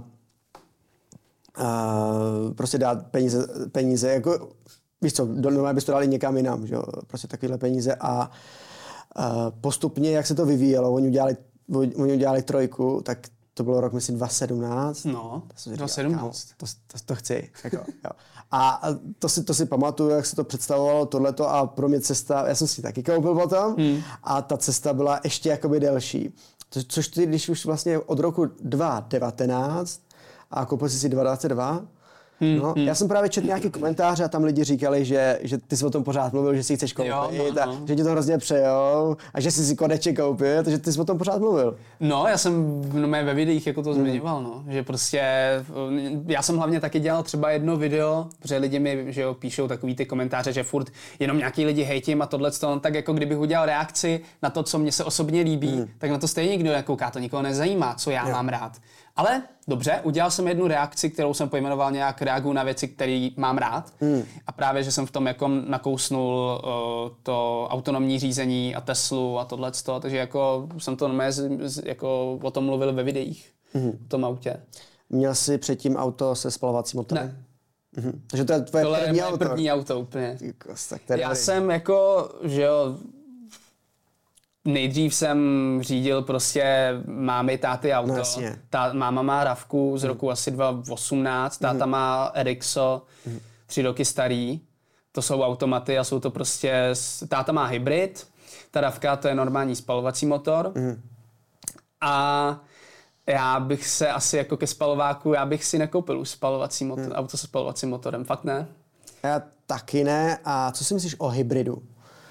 Uh, prostě dát peníze, peníze jako, víš co, normálně bys to dali někam jinam, že jo, prostě takovýhle peníze a uh, postupně, jak se to vyvíjelo, oni udělali, oni udělali trojku, tak to bylo rok, myslím, dva tisíce sedmnáct. No, dva tisíce sedmnáct. To, to, to chci, jako, jo. A to si, to si pamatuju, jak se to představovalo, tohleto a pro mě cesta, já jsem si taky koupil potom hmm. a ta cesta byla ještě jakoby delší. Co, což ty, když už vlastně od roku dva tisíce devatenáct a koupil jsi si dva tisíce dvacet dva. Hmm, no, hmm. Já jsem právě četl nějaký komentáře a tam lidi říkali, že, že ty jsi o tom pořád mluvil, že si chceš koupit, jo, no, no. A že ti to hrozně přejou a že jsi si konečně koupil, takže ty jsi o tom pořád mluvil. No, já jsem no, ve videích jako to zmiňoval, hmm. no, že prostě, já jsem hlavně taky dělal třeba jedno video, protože lidi mi že jo, píšou takový ty komentáře, že furt jenom nějaký lidi hejtím a tohleto, tak jako kdybych udělal reakci na to, co mě se osobně líbí, hmm. tak na to stejně nikdo nekouká, to nikoho nezajímá, co já jo. mám rád. Ale dobře, udělal jsem jednu reakci, kterou jsem pojmenoval nějak reaguju na věci, které mám rád. Hmm. A právě, že jsem v tom jako nakousnul uh, to autonomní řízení a Teslu a tohleto, takže jako jsem to normálně jako o tom mluvil ve videích, hmm. o tom autě. Měl jsi předtím auto se spalovacím motorem? Ne. Mhm. Takže to je tvoje Tohle první je auto? první auto úplně. Kos, tak Já tady. jsem jako, že jo, nejdřív jsem řídil prostě mámy, táty auto. No, Ta, máma má Ravku z roku mm. asi dva tisíce osmnáct, táta mm. má Erixo, mm. tři roky starý. to jsou automaty a jsou to prostě, táta má hybrid, ta davka to je normální spalovací motor mm. a já bych se asi jako ke spalováku, já bych si nekoupil už spalovací motor, mm. auto se spalovacím motorem, fakt ne? Já taky ne. A co si myslíš o hybridu?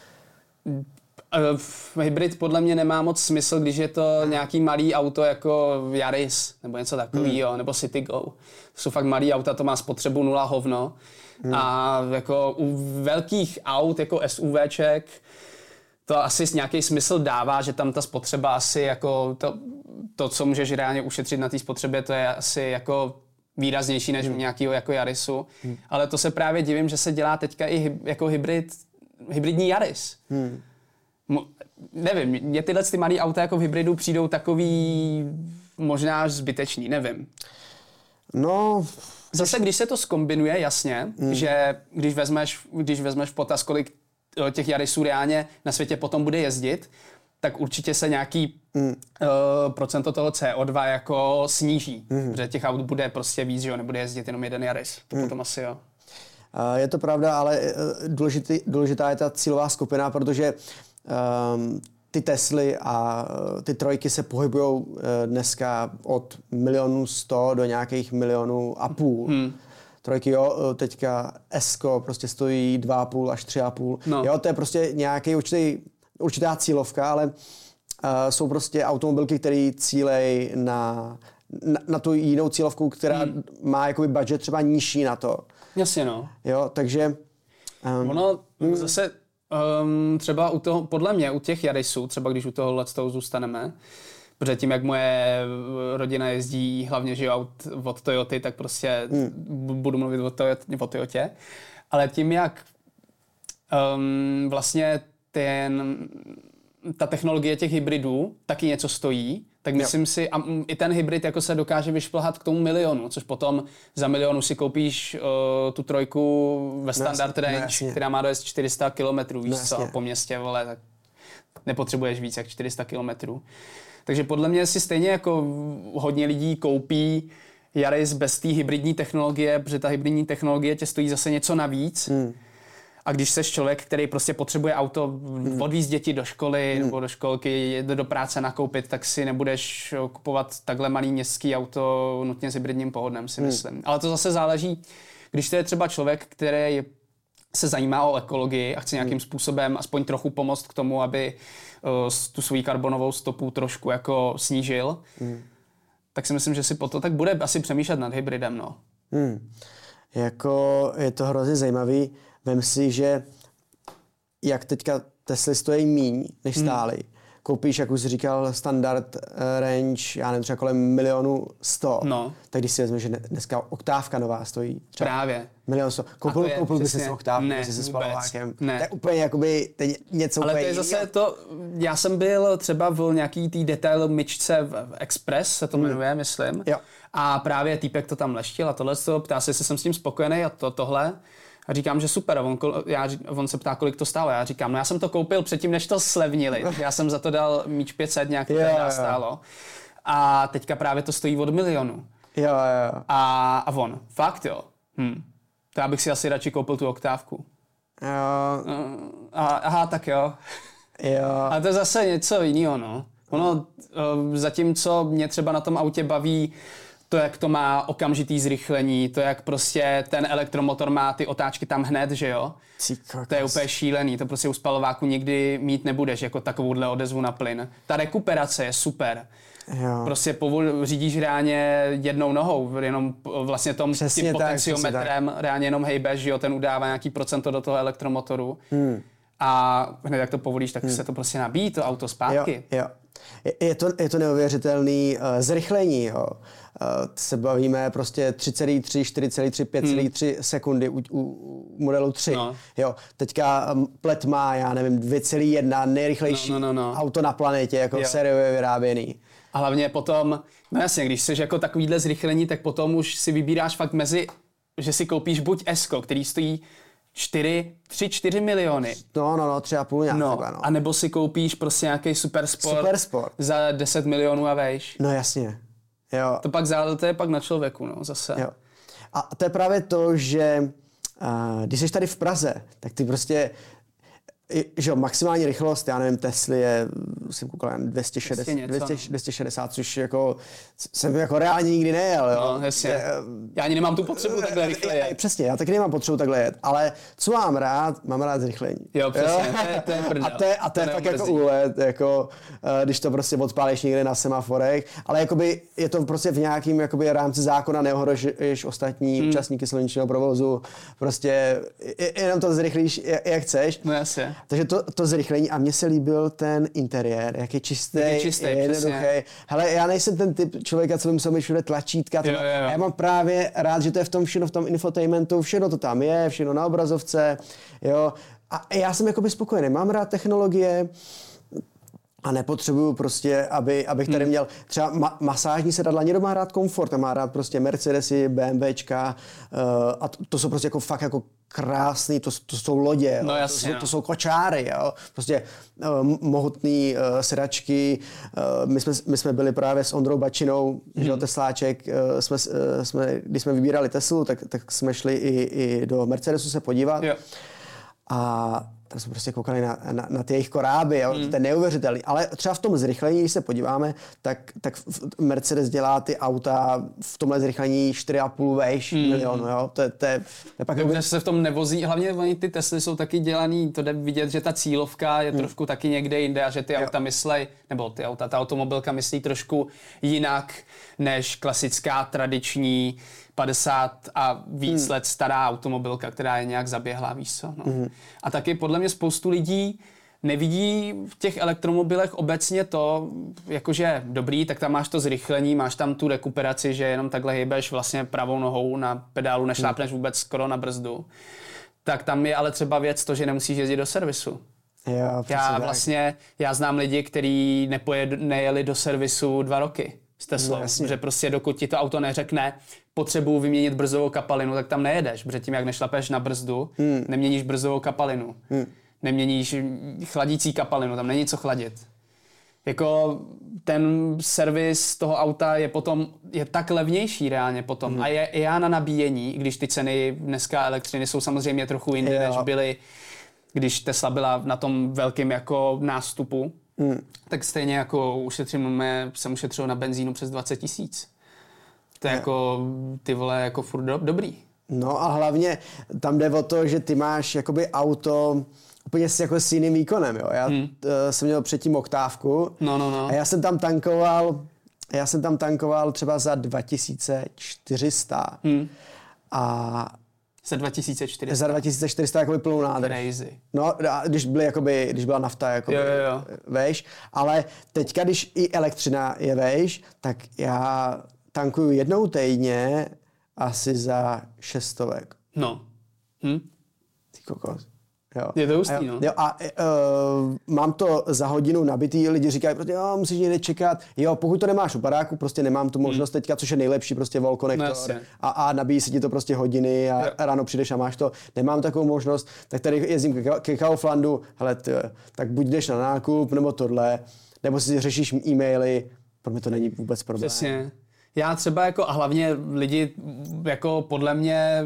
Hybrid podle mě nemá moc smysl, když je to nějaký malý auto jako Yaris nebo něco takového, hmm. nebo Citigo. To jsou fakt malý auta, to má spotřebu nula hovno. Hmm. A jako u velkých aut, jako SUVček, to asi nějaký smysl dává, že tam ta spotřeba asi jako to, to co můžeš reálně ušetřit na té spotřebě, to je asi jako výraznější než hmm. nějakého jako Yarisu. Hmm. Ale to se právě divím, že se dělá teďka i hy, jako hybrid, hybridní Yaris. Hmm. Nevím, mě tyhle ty malý auta jako v hybridu přijdou takový možná až zbytečný, nevím. No... Zase, když se to zkombinuje, jasně, mm. že když vezmeš, když vezmeš v potaz, kolik těch Yarisů reálně na světě potom bude jezdit, tak určitě se nějaký mm. uh, procento toho C O dva jako sníží, mm. protože těch aut bude prostě víc, že jo, nebude jezdit jenom jeden Yaris, to mm. potom asi jo. Je to pravda, ale důležitý, důležitá je ta cílová skupina, protože um, ty Tesly a ty trojky se pohybují uh, dneska od milionu sto do nějakých milionů a půl. Hmm. Trojky, jo, teďka S-ko prostě stojí dva a půl až tři a půl. No. Jo, to je prostě nějaký určitý, určitá cílovka, ale uh, jsou prostě automobilky, které cílejí na, na, na tu jinou cílovku, která hmm. má jakoby budget třeba nižší na to. Jasně, no. Jo, takže... Um, ono mm. zase um, třeba u toho, podle mě, u těch Yarisů, třeba když u toho Let's toho zůstaneme, protože tím, jak moje rodina jezdí hlavně, že aut od Toyoty, tak prostě mm. budu mluvit o, Toyot, o Toyotě, ale tím, jak um, vlastně ten, ta technologie těch hybridů taky něco stojí, tak myslím jo. si, a i ten hybrid jako se dokáže vyšplhat k tomu milionu, což potom za milionu si koupíš uh, tu trojku ve standard no, range, no, která má dojezd čtyři sta kilometrů, víš no, co, po městě, vole, tak nepotřebuješ víc jak čtyři sta kilometrů. Takže podle mě si stejně jako hodně lidí koupí Yaris bez té hybridní technologie, protože ta hybridní technologie tě stojí zase něco navíc. Hmm. A když seš člověk, který prostě potřebuje auto hmm. odvízt děti do školy hmm. nebo do školky, jde do práce nakoupit, tak si nebudeš kupovat takhle malý městský auto nutně s hybridním pohodnem, si myslím. Hmm. Ale to zase záleží, když to je třeba člověk, který se zajímá o ekologii a chce nějakým hmm. způsobem aspoň trochu pomoct k tomu, aby uh, tu svou karbonovou stopu trošku jako snížil, hmm. tak si myslím, že si po to tak bude asi přemýšlet nad hybridem, no. Hmm. Jako je to hrozně zajímavý. Vem si, že jak teďka Tesly stojí míň, než stály. Hmm. Koupíš, jak už jsi říkal, standard uh, range, já nevím, třeba kolem milionu sto. No. Tak když si vezmeš, že dneska oktávka nová stojí třeba právě. Milion sto. Koupil, koupil by si oktávku, ne, si se spalovákem. Ne. To je úplně jakoby to je něco ale úplně to je zase to, já jsem byl třeba v nějaký tý detail myčce v Express, se to jmenuje, hmm. myslím. Jo. A právě týpek to tam leštil a tohle to ptá se, jestli jsem s tím spokojený a to, tohle. A říkám, že super. A on, já, on se ptá, kolik to stálo. Já říkám, no já jsem to koupil předtím, než to slevnili. Já jsem za to dal míč pět set, nějak to yeah, stálo. A teďka právě to stojí od milionu. Jo, jo. A, a on, fakt jo. Hm. To já bych si asi radši koupil tu oktávku. Jo. A, aha, tak jo. Jo. A to je zase něco jiného, no. Ono, zatímco mě třeba na tom autě baví to, jak to má okamžitý zrychlení, to, jak prostě ten elektromotor má ty otáčky tam hned, že jo? To je úplně šílený, to prostě u spalováku nikdy mít nebudeš, jako takovouhle odezvu na plyn. Ta rekuperace je super. Jo. Prostě povol, řídíš reálně jednou nohou, jenom vlastně tom přesně tím tak, potenciometrem, reálně jenom hejbeš, že jo, ten udává nějaký procento do toho elektromotoru. Hmm. A hned jak to povolíš, tak hmm. se to prostě nabíjí, to auto zpátky. Jo, jo. Je, je, to, je to neuvěřitelný uh, zrychlení, jo. Uh, se bavíme prostě tři celá tři, čtyři celá tři, pět celá tři hmm. sekundy u, u, u modelu tři. No. Jo. Teďka um, Plet má, já nevím, dvě celá jedna, nejrychlejší no, no, no, no. auto na planetě, jako jo. Sériově vyráběný. A hlavně potom, no jasně, když jsi jako takovýhle zrychlení, tak potom už si vybíráš fakt mezi, že si koupíš buď S-ko, který stojí čtyři, tři, čtyři miliony. No, no, no, tři a půl nějak no, takhle, no. A nebo si koupíš prostě nějaký Supersport, Supersport za deset milionů a vejš. No jasně, jo. To pak zále, to je pak na člověku, no, zase. Jo. A to je právě to, že uh, když jsi tady v Praze, tak ty prostě že jo, maximální rychlost, já nevím, Tesly je, jsem koukal, dvě stě šedesát, dvě stě, dvě stě šedesát, což jako jsem jako reálně nikdy nejel, jo. No, jasně. Já ani nemám tu potřebu takhle rychle jet. Přesně, já taky nemám potřebu takhle jet, ale co mám rád, mám rád zrychlení. Jo, přesně, jo? To je, to je prdel. A to je, a to je to fakt jako úlet, jako, když to prostě odpálíš někde na semaforech, ale jakoby je to prostě v nějakým jakoby rámci zákona, neohrožuješ ostatní hmm. účastníky silničního provozu, prostě jenom to zrychlíš, jak chceš. No jasně. Takže to, to zrychlení a mně se líbil ten interiér, jak je čistý, jak je čistý, jednoduchý. Hele, já nejsem ten typ člověka, co by musel mít všude tlačítka. Jo, jo, jo. Já mám právě rád, že to je v tom všechno, v tom infotainmentu, všechno to tam je, všechno na obrazovce, jo. A já jsem jakoby spokojený, mám rád technologie, a nepotřebuju prostě, aby, abych tady měl třeba ma- masážní sedadla. Někdo má rád komfort, a má rád prostě Mercedesy, BMWčka uh, a to, to jsou prostě jako fakt jako krásný, to, to jsou lodě, no, jo. jasně, to, jsou, to jsou kočáry, jo. Prostě uh, mohutný uh, sedačky. Uh, my, jsme, my jsme byli právě s Ondrou Bačinou, mm. že Tesláček, uh, jsme, uh, jsme, když jsme vybírali Teslu, tak, tak jsme šli i, i do Mercedesu se podívat. Jo. A tam jsme prostě koukali na, na, na ty jejich koráby, jo? Mm. To je neuvěřitelný. Ale třeba v tom zrychlení, když se podíváme, tak, tak Mercedes dělá ty auta v tomhle zrychlení čtyři a půl vejš mm. milionu, jo? To je, to je, to je pak... Dobře, se v tom nevozí, hlavně oni ty Tesly jsou taky dělaný, to jde vidět, že ta cílovka je mm. trošku taky někde jinde a že ty jo. auta myslej, nebo ty auta, ta automobilka myslí trošku jinak než klasická tradiční padesát a víc hmm. let stará automobilka, která je nějak zaběhlá, víš co. No. Hmm. A taky podle mě spoustu lidí nevidí v těch elektromobilech obecně to, jakože dobrý, tak tam máš to zrychlení, máš tam tu rekuperaci, že jenom takhle hýbeš vlastně pravou nohou na pedálu, nešlápneš vůbec skoro na brzdu. Tak tam je ale třeba věc to, že nemusíš jezdit do servisu. Jo, já vlastně, já znám lidi, kteří nepojed, nejeli do servisu dva roky s Teslou, no, že prostě dokud ti to auto neřekne, potřebuji vyměnit brzdovou kapalinu, tak tam nejedeš, protože tím, jak nešlapeš na brzdu, hmm. neměníš brzdovou kapalinu, hmm. neměníš chladící kapalinu, tam není co chladit. Jako ten servis toho auta je potom, je tak levnější reálně potom hmm. a je i já na nabíjení, když ty ceny dneska elektřiny jsou samozřejmě trochu jinde, jo. než byly, když Tesla byla na tom velkém jako nástupu, hmm. tak stejně jako ušetřím, jsem ušetřil na benzínu přes dvacet tisíc. To je jako, ty vole, jako furt do, dobrý. No a hlavně tam jde o to, že ty máš jakoby auto úplně s, jako s jiným výkonem, jo. Já hmm. t, jsem měl předtím oktávku no, no, no. a já jsem tam tankoval, já jsem tam tankoval třeba za dva tisíce čtyři sta hmm. a za dva tisíce čtyři sta. Za dva tisíce čtyři sta jakoby plnou nádrž. Crazy. No, když, byly, jakoby, když byla nafta jakoby, jo, jo, jo. vejš, ale teďka, když i elektřina je vejš, tak já tankuju jednou týdně asi za šestovek. No. Hm? Ty kokos. Jo. Je to hustý, a no. Jo, a uh, mám to za hodinu nabitý, lidi říkají, prostě, jo, musíš někde čekat. Jo, pokud to nemáš u padáku, prostě nemám tu možnost hmm. teďka, což je nejlepší prostě wall connector. No, a, a nabíjí se ti to prostě hodiny a jo. ráno přijdeš a máš to. Nemám takovou možnost, tak tady jezdím ke, ke Kauflandu, hele, ty, tak buď jdeš na nákup, nebo tohle, nebo si řešíš e-maily, pro mě to není vůbec problém. Přesně. Já třeba jako a hlavně lidi jako podle mě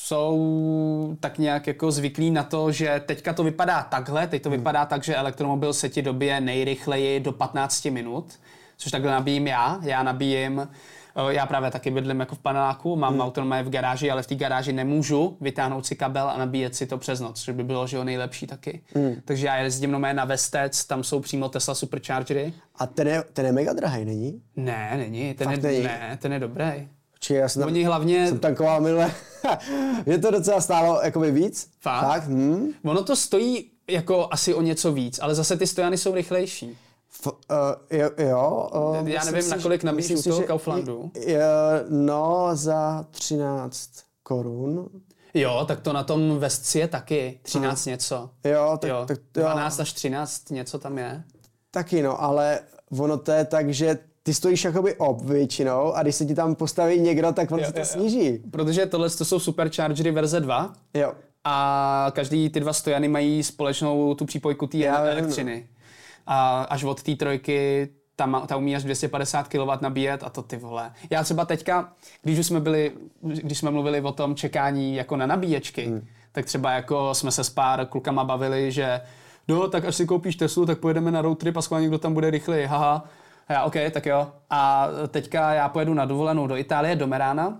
jsou tak nějak jako zvyklí na to, že teďka to vypadá takhle, teď to hmm. vypadá tak, že elektromobil se ti dobije nejrychleji do patnáct minut, což takhle nabíjím já. Já nabíjím, já právě taky bydlím jako v paneláku, mám hmm. autonomé v garáži, ale v té garáži nemůžu vytáhnout si kabel a nabíjet si to přes noc, což by bylo, že jo, nejlepší taky. Hmm. Takže já jezdím nomé na Vestec, tam jsou přímo Tesla Superchargery. A ten je, ten je mega drahý, není? Ne, není, ten Fakt je, není. ne, ten je dobrý. Či já jsem, tam, Oni hlavně... jsem tankoval minule. Mě to docela stálo jakoby víc. Fakt? Fakt? Hm? Ono to stojí jako asi o něco víc, ale zase ty stojany jsou rychlejší. F, uh, jo, jo uh, já nevím, na kolik nabíjíš u toho Kauflandu. Je, no, za třináct korun. Jo, tak to na tom Vestci je taky třináct něco. Jo, tak, jo, tak jo. dvanáct až třináct něco tam je. Taky no, ale ono to je tak, že ty stojíš jakoby ob většinou a když se ti tam postaví někdo, tak on jo, se to jo, sníží. Jo. Protože tohle to jsou Superchargery verze dva. Jo. A každý ty dva stojany mají společnou tu přípojku té elektřiny. A až od té trojky ta, ta umí až dvě stě padesát kilowattů nabíjet a to ty vole. Já třeba teďka, když už jsme byli, když jsme mluvili o tom čekání jako na nabíječky, hmm. tak třeba jako jsme se s pár klukama bavili, že no, tak až si koupíš Teslu, tak pojedeme na road trip a schválně kdo tam bude rychleji, haha. A já, OK, tak jo. A teďka já pojedu na dovolenou do Itálie, do Merána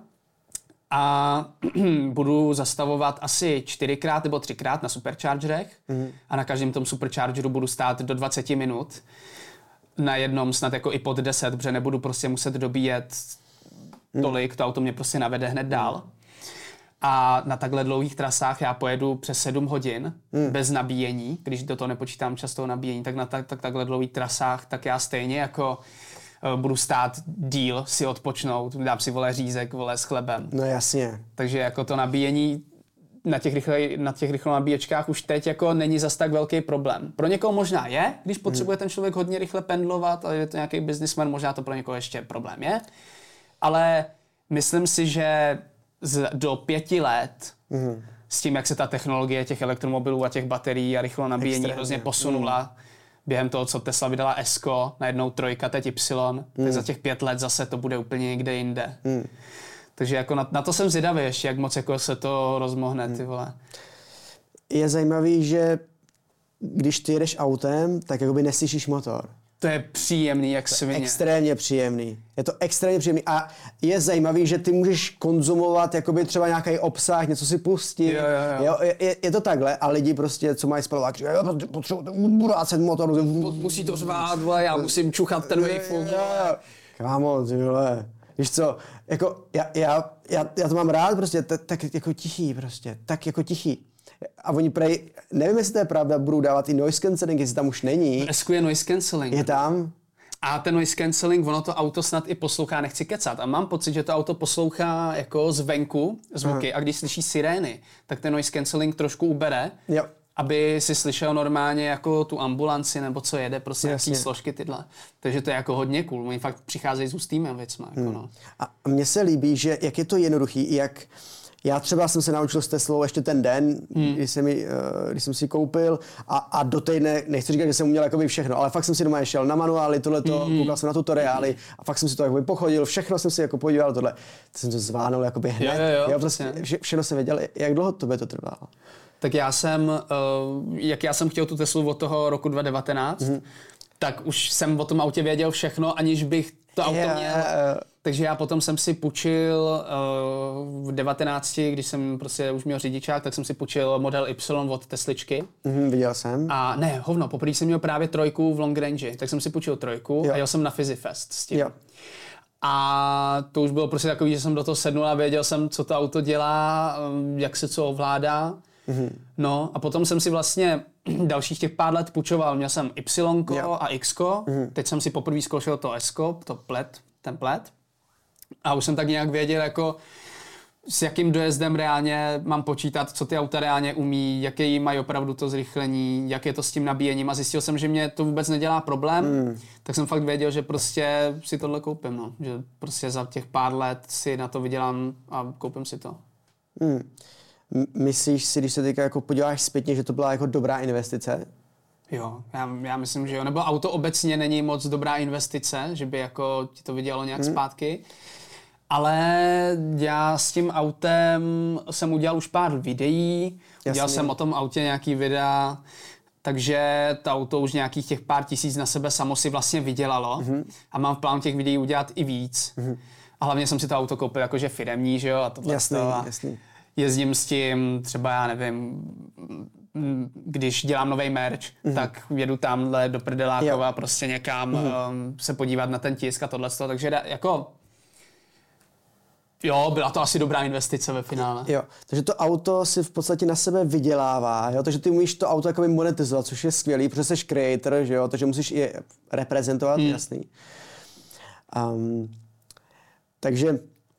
a budu zastavovat asi čtyřikrát nebo třikrát na superchargerech mm. a na každém tom superchargeru budu stát do dvacet minut. Na jednom snad jako i pod deset, protože nebudu prostě muset dobíjet mm. tolik, to auto mě prostě navede hned dál. A na takhle dlouhých trasách já pojedu přes sedm hodin mm. bez nabíjení, když do toho nepočítám čas toho nabíjení, tak na tak, tak, takhle dlouhých trasách, tak já stejně jako uh, budu stát díl si odpočnout, dám si vole řízek, vole s chlebem. No jasně. Takže jako to nabíjení na těch, rychle, na těch rychlo nabíječkách už teď jako není zas tak velký problém. Pro někoho možná je, když potřebuje mm. ten člověk hodně rychle pendlovat, ale je to nějaký businessman, možná to pro někoho ještě problém je. Ale myslím si, že z, do pěti let mm. s tím, jak se ta technologie těch elektromobilů a těch baterií a rychlo nabíjení Extrémně. hrozně posunula mm. během toho, co Tesla vydala S-ko, najednou trojka, teď Y, mm. tak za těch pět let zase to bude úplně někde jinde. Mm. Takže jako na, na to jsem zvědavý ještě, jak moc jako se to rozmohne, ty vole. Je zajímavý, že když ty jedeš autem, tak jakoby neslyšíš motor. To je příjemný, jak svině. Extrémně příjemný. Je to extrémně příjemný. A je zajímavý, že ty můžeš konzumovat jakoby třeba nějaký obsah, něco si pustit. Jo, jo, jo. Jo, je, je to takhle a lidi prostě, co mají spalovat, že potřebuji burácet motor. Musí to řvát, vole, já musím čuchat ten wave. Kámo, ty vole. Víš co, jako já, já, já, já to mám rád prostě, tak, tak jako tichý prostě, tak jako tichý. A oni prej, nevím, jestli to je pravda, budou dávat i noise cancelling, jestli tam už není. V je noise cancelling. Je tam. A ten noise cancelling, ono to auto snad i poslouchá, nechci kecat. A mám pocit, že to auto poslouchá jako zvenku zvuky. Aha. A když slyší sirény, tak ten noise cancelling trošku ubere. Jo. Aby si slyšel normálně jako tu ambulanci nebo co jede, prostě jaký složky tyhle. Takže to je jako hodně cool. Oni fakt přicházejí s hustýma věcma. Jako hmm. no. A mně se líbí, že jak je to jednoduchý, jak já třeba jsem se naučil s Teslou ještě ten den, hmm. kdy, jsem ji, když jsem si ji koupil a, a do týdne, nechci říkat, že jsem uměl jakoby všechno, ale fakt jsem si doma šel na manuály, tohleto, hmm. koukal jsem na tutoriály a fakt jsem si to jakoby pochodil, všechno jsem si jako podíval, tohle. To jsem to zvánul jakoby hned. Jo, jo, jo, jo, prostě vše, všechno jsem věděl, jak dlouho to by to trvalo. Tak já jsem, uh, jak já jsem chtěl tu Teslu od toho roku dva tisíce devatenáct, mm. tak už jsem o tom autě věděl všechno, aniž bych to auto yeah. měl. Takže já potom jsem si půjčil uh, v devatenácti, když jsem prostě už měl řidičák, tak jsem si půjčil model Y od Tesličky. Mm, viděl jsem. A ne, hovno, poprvé jsem měl právě trojku v long range, tak jsem si půjčil trojku jo. a jel jsem na Fizifest s tím. Jo. A to už bylo prostě takový, že jsem do toho sednul a věděl jsem, co to auto dělá, jak se co ovládá. Mm-hmm. No a potom jsem si vlastně dalších těch pár let půjčoval. Měl jsem Y yeah. a X. Mm-hmm. Teď jsem si poprvé zkoušel to S, to plet, ten plet. A už jsem tak nějak věděl, jako s jakým dojezdem reálně mám počítat, co ty auta reálně umí, jaké mají opravdu to zrychlení, jak je to s tím nabíjením. A zjistil jsem, že mě to vůbec nedělá problém. Mm. Tak jsem fakt věděl, že prostě si tohle koupím. No. Že prostě za těch pár let si na to vydělám a koupím si to. Mm. Myslíš si, když se teďka jako podíváš zpětně, že to byla jako dobrá investice? Jo, já, já myslím, že jo. Nebo auto obecně není moc dobrá investice, že by jako ti to vydělalo nějak hmm. zpátky. Ale já s tím autem jsem udělal už pár videí, Jasně. udělal jsem o tom autě nějaký videa, takže to auto už nějakých těch pár tisíc na sebe samo si vlastně vydělalo hmm. a mám v plánu těch videí udělat i víc. Hmm. A hlavně jsem si to auto koupil jakože firemní, že jo, a tohle jasný, to. A jasný. Jezdím s tím, třeba já nevím, když dělám nový merch, mm-hmm. tak jedu tamhle do Prdelákova prostě někam mm-hmm. um, se podívat na ten tisk a tohleto, takže jako jo, byla to asi dobrá investice ve finále. Jo, takže to auto si v podstatě na sebe vydělává, jo, takže ty umíš to auto jakoby monetizovat, což je skvělý, protože jsi creator, že jo, takže musíš je reprezentovat, mm. jasný. Um, takže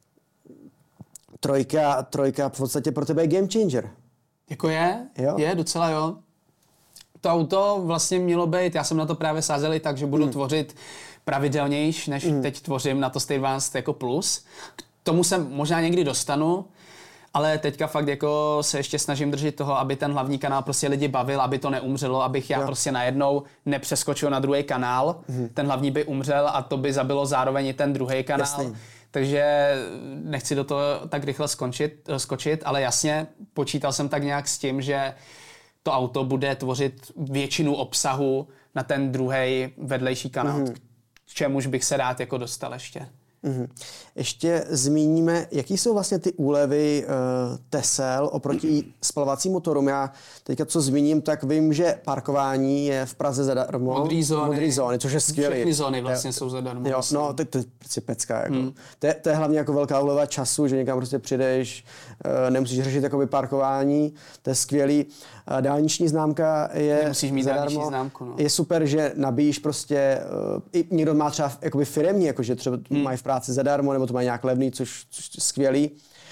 Trojka, trojka v podstatě pro tebe je game changer. Jako je, jo? je docela jo. To auto vlastně mělo být, já jsem na to právě sázel i tak, že budu mm. tvořit pravidelnější, než mm. teď tvořím na to Stay Advanced jako plus. K tomu se možná někdy dostanu, Ale teďka fakt jako se ještě snažím držet toho, aby ten hlavní kanál prostě lidi bavil, aby to neumřelo, abych já jo. prostě najednou nepřeskočil na druhý kanál, hmm. ten hlavní by umřel a to by zabilo zároveň i ten druhý kanál. Jasný. Takže nechci do toho tak rychle skončit, skočit, ale jasně počítal jsem tak nějak s tím, že to auto bude tvořit většinu obsahu na ten druhý vedlejší kanál, mm-hmm. k čemuž bych se rád jako dostal ještě. Mm-hmm. Ještě zmíníme, jaký jsou vlastně ty úlevy uh, Tesel oproti spalovacím motorům. Já teďka co zmíním, tak vím, že parkování je v Praze zadarmo. Modrý zóny. Modrý zóny, což je skvělé. Všechny zóny vlastně je, jsou zadarmo. Jo, no, to, to je prostě pecka. Jako. Hmm. To, je, to je hlavně jako velká úleva času, že někam prostě přijdeš, uh, nemusíš řešit jakoby parkování, to je skvělý. Uh, dálniční známka je nemusíš mít zadarmo. Dálniční známku, no. Je super, že nabíjíš prostě, uh, i někdo má třeba jakoby firemní, jako, že třeba hmm. mají v práci zadarmo, nebo to mají nějak levný, což, což je skvělý.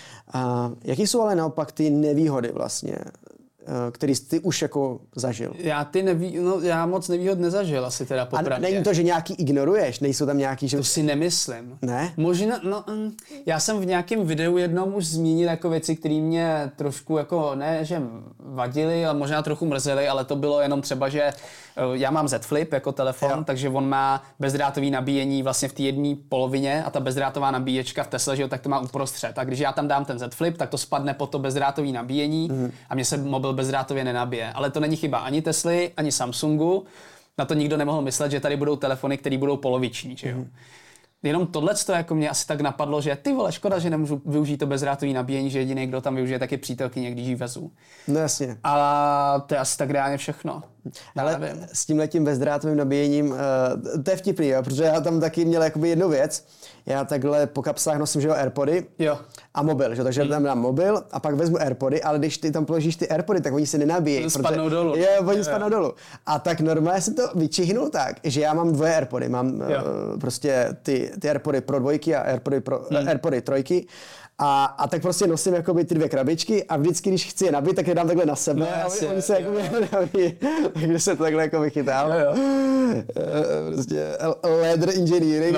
Uh, jaký jsou ale naopak ty nevýhody vlastně, uh, který jsi ty už jako zažil? Já ty neví, no já moc nevýhod nezažil asi teda popravdě. A není to, že nějaký ignoruješ? Nejsou tam nějaký, že... To si nemyslím. Ne? Možná, no, já jsem v nějakém videu jednom už zmínil jako věci, které mě trošku jako, ne, že vadily, ale možná trochu mrzely, ale to bylo jenom třeba, že já mám Z Flip jako telefon, jo. takže on má bezdrátový nabíjení vlastně v té jedné polovině a ta bezdrátová nabíječka v Tesle, že jo, tak to má uprostřed. A když já tam dám ten Z Flip, tak to spadne pod to bezdrátový nabíjení mm. a mně se mobil bezdrátově nenabije. Ale to není chyba ani Tesly, ani Samsungu. Na to nikdo nemohl myslet, že tady budou telefony, které budou poloviční, že jo. Mm. Jenom tohleto jako mě asi tak napadlo, že ty vole, škoda, že nemůžu využít to bezdrátový nabíjení, že jediný, kdo tam využije, tak je přítelkyně, když ji vezu. No jasně. A to je asi tak reálně všechno. Ale s tímhletím bezdrátovým nabíjením, uh, to je vtipný, jo, protože já tam taky měl jakoby jednu věc. Já takhle po kapsách nosím, že jo, AirPody jo. a mobil, že? Takže hmm. tam dám mobil a pak vezmu AirPody, ale když ty tam položíš ty AirPody, tak oni se nenabíjejí. Spadnou dolů. Jo, oni jo, spadnou jo. dolů. A tak normálně jsem to vyčihnul tak, že já mám dvoje AirPody. Mám uh, prostě ty, ty AirPody pro dvojky a AirPody pro hmm. AirPody trojky. A, a tak prostě nosím jakoby ty dvě krabičky a vždycky, když chci je nabít, tak je dám takhle na sebe no, a oni, oni se jakoby nabíjí. Takže se to takhle jako vychytám. No, jo. Prostě leather engineering.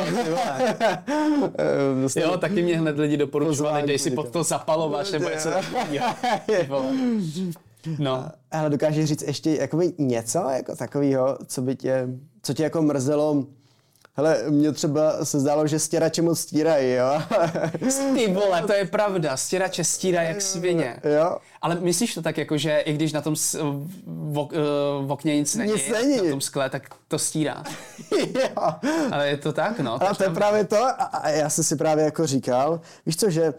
No, jo, taky mě hned lidi doporučovali, dej si pod to zapalovač, nebo něco takového. No. Ale dokážeš říct ještě jakoby něco jako takového, co by tě, co tě jako mrzelo? Hele, mně třeba se zdálo, že stěrače moc stírají, jo? Ty vole, to je pravda, stěrače stírají jak svině. Jo? Ale myslíš to tak jako, že i když na tom v, ok, v okně nic není, nic není, na tom skle, tak to stírá. Jo. Ale je to tak, no. Ale to je právě to a já jsem si právě jako říkal, víš co, že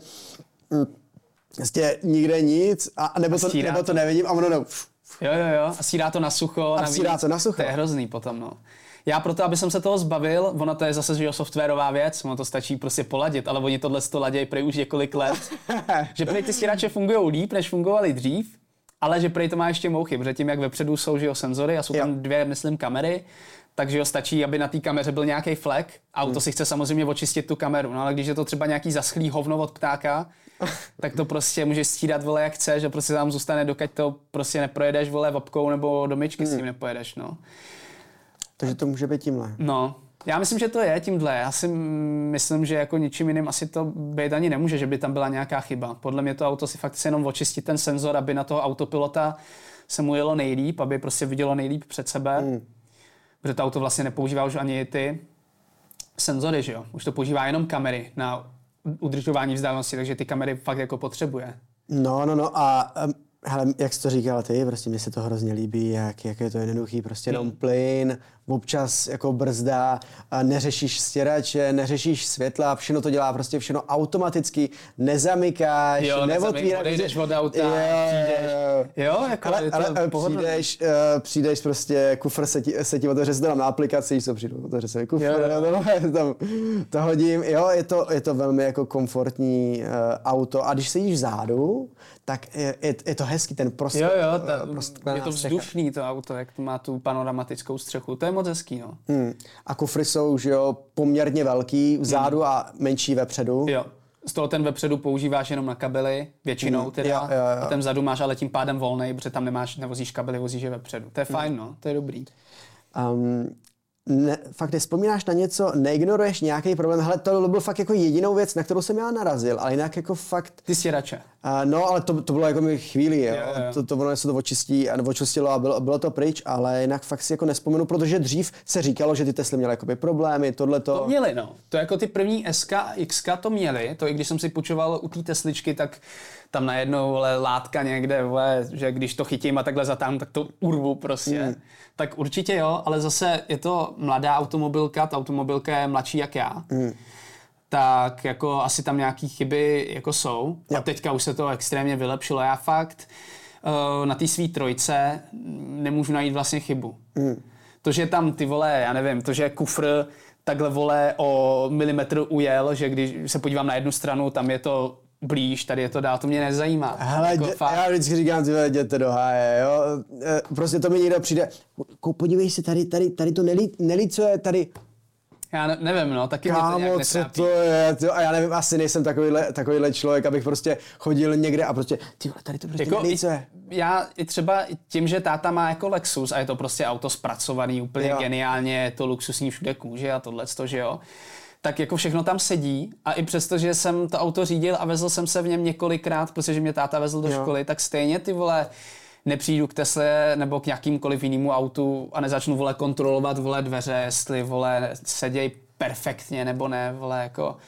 vlastně nikde nic, a nebo, to, nebo to nevidím a ono no. Jo, jo, jo, a stírá to na sucho. A stírá to na sucho. To je hrozný potom, no. Já proto, aby jsem se toho zbavil, ono to je zase že softwarová věc, ono to stačí prostě poladit, ale oni tohle to ladějí prej už několik let. Že prej ty stěrače fungují líp, než fungovaly dřív, ale že prej to má ještě mouchy, protože tím, jak vepředu jsou že jo, senzory a jsou tam dvě, myslím, kamery, takže jo, stačí, aby na té kameře byl nějaký flek. Auto hmm. si chce samozřejmě očistit tu kameru, no ale když je to třeba nějaký zaschlý hovno od ptáka, tak to prostě můžeš stírat, vole, jak chceš, že prostě tam zůstane, dokud to prostě neprojedeš, vole, vopkou nebo do myčky hmm. s tím nepojedeš, no. Takže to může být tímhle. No, já myslím, že to je tímhle. Já si myslím, že jako ničím jiným asi to být ani nemůže, že by tam byla nějaká chyba. Podle mě to auto si fakt chce jenom očistit ten senzor, aby na toho autopilota se mu jelo nejlíp, aby prostě vidělo nejlíp před sebe. Hmm. Protože to auto vlastně nepoužívá už ani ty senzory, že jo? Už to používá jenom kamery na udržování vzdálenosti, takže ty kamery fakt jako potřebuje. No, no, no a... Um... Hele, jak jsi to říkal ty, prostě mně se to hrozně líbí, jak, jak je to jednoduchý, prostě jenom plyn, občas jako brzda, a neřešíš stěrače, neřešíš světla, všechno to dělá prostě všechno automaticky, nezamykáš, jo, neotvíráš. Odejdeš od auta, jo, přijdeš. Jo, jako ale, je to ale přijdeš, uh, přijdeš prostě, kufr se ti, se ti otevře, se to tam na aplikaci, co přijdu, otevře se mi kufr, jo, jo. To, tam, to hodím, jo, je to, je to velmi jako komfortní uh, auto a když sedíš vzadu, tak je, je, je to hezký, ten prostor. Jo, jo, ta, prostor, je to vzdušný to auto, jak to má tu panoramatickou střechu, to je moc hezký, no. Hmm. A kufry jsou, že jo, poměrně velký vzadu hmm. a menší vepředu. Jo. Z toho ten vepředu používáš jenom na kabely, většinou hmm. teda, jo, jo, jo. A ten vzadu máš ale tím pádem volnej, protože tam nemáš, nevozíš kabely, vozíš je vepředu. To je fajn, hmm. no, to je dobrý. Um, ne, fakt nespomínáš na něco, neignoruješ nějaký problém, hele, to byl fakt jako jedinou věc, na kterou jsem já narazil, ale jinak jako fakt... Ty stěrače. Uh, no, ale to, to bylo jako mi chvíli, jo. Yeah, yeah. To, to ono se to očistí a očistilo a bylo, bylo to pryč, ale jinak fakt si jako nespomenu, protože dřív se říkalo, že ty Tesly měly jakoby problémy, tohleto. To měli, no. To jako ty první S K a X K to měli, to i když jsem si půjčoval u té Tesličky, tak tam najednou vole, látka někde, vole, že když to chytím a takhle zatáhnu, tak to urvu prostě. Mm. Tak určitě jo, ale zase je to mladá automobilka, ta automobilka je mladší jak já. Mm. Tak jako asi tam nějaký chyby jako jsou. Yep. A teďka už se to extrémně vylepšilo. Já fakt uh, na té svý trojce nemůžu najít vlastně chybu. Mm. To, že tam ty vole, já nevím, to, že kufr takhle vole o milimetr ujel, že když se podívám na jednu stranu, tam je to blíž, tady je to dál, to mě nezajímá. Hele, jako dě, já vždycky říkám, ty jděte do háje, jo. Prostě to mi někdo přijde, podívej se, tady, tady, tady to nelí, nelícuje, tady. Já ne, nevím, no, taky Kámo, mě to nějak co netrápí. to je, tyjo, a já nevím, asi nejsem takovýhle, takovýhle člověk, abych prostě chodil někde a prostě, ty vole, tady to prostě jako nelícuje. I, já i třeba tím, že táta má jako Lexus a je to prostě auto zpracovaný úplně jo. geniálně, je to luxusní všude kůže a tohleto, že jo, tak jako všechno tam sedí a i přesto, že jsem to auto řídil a vezl jsem se v něm několikrát, protože mě táta vezl do jo. školy, tak stejně ty vole, nepřijdu k Tesle nebo k nějakýmkoliv jinému autu a nezačnu vole kontrolovat vole dveře, jestli vole seděj perfektně nebo ne, vole jako.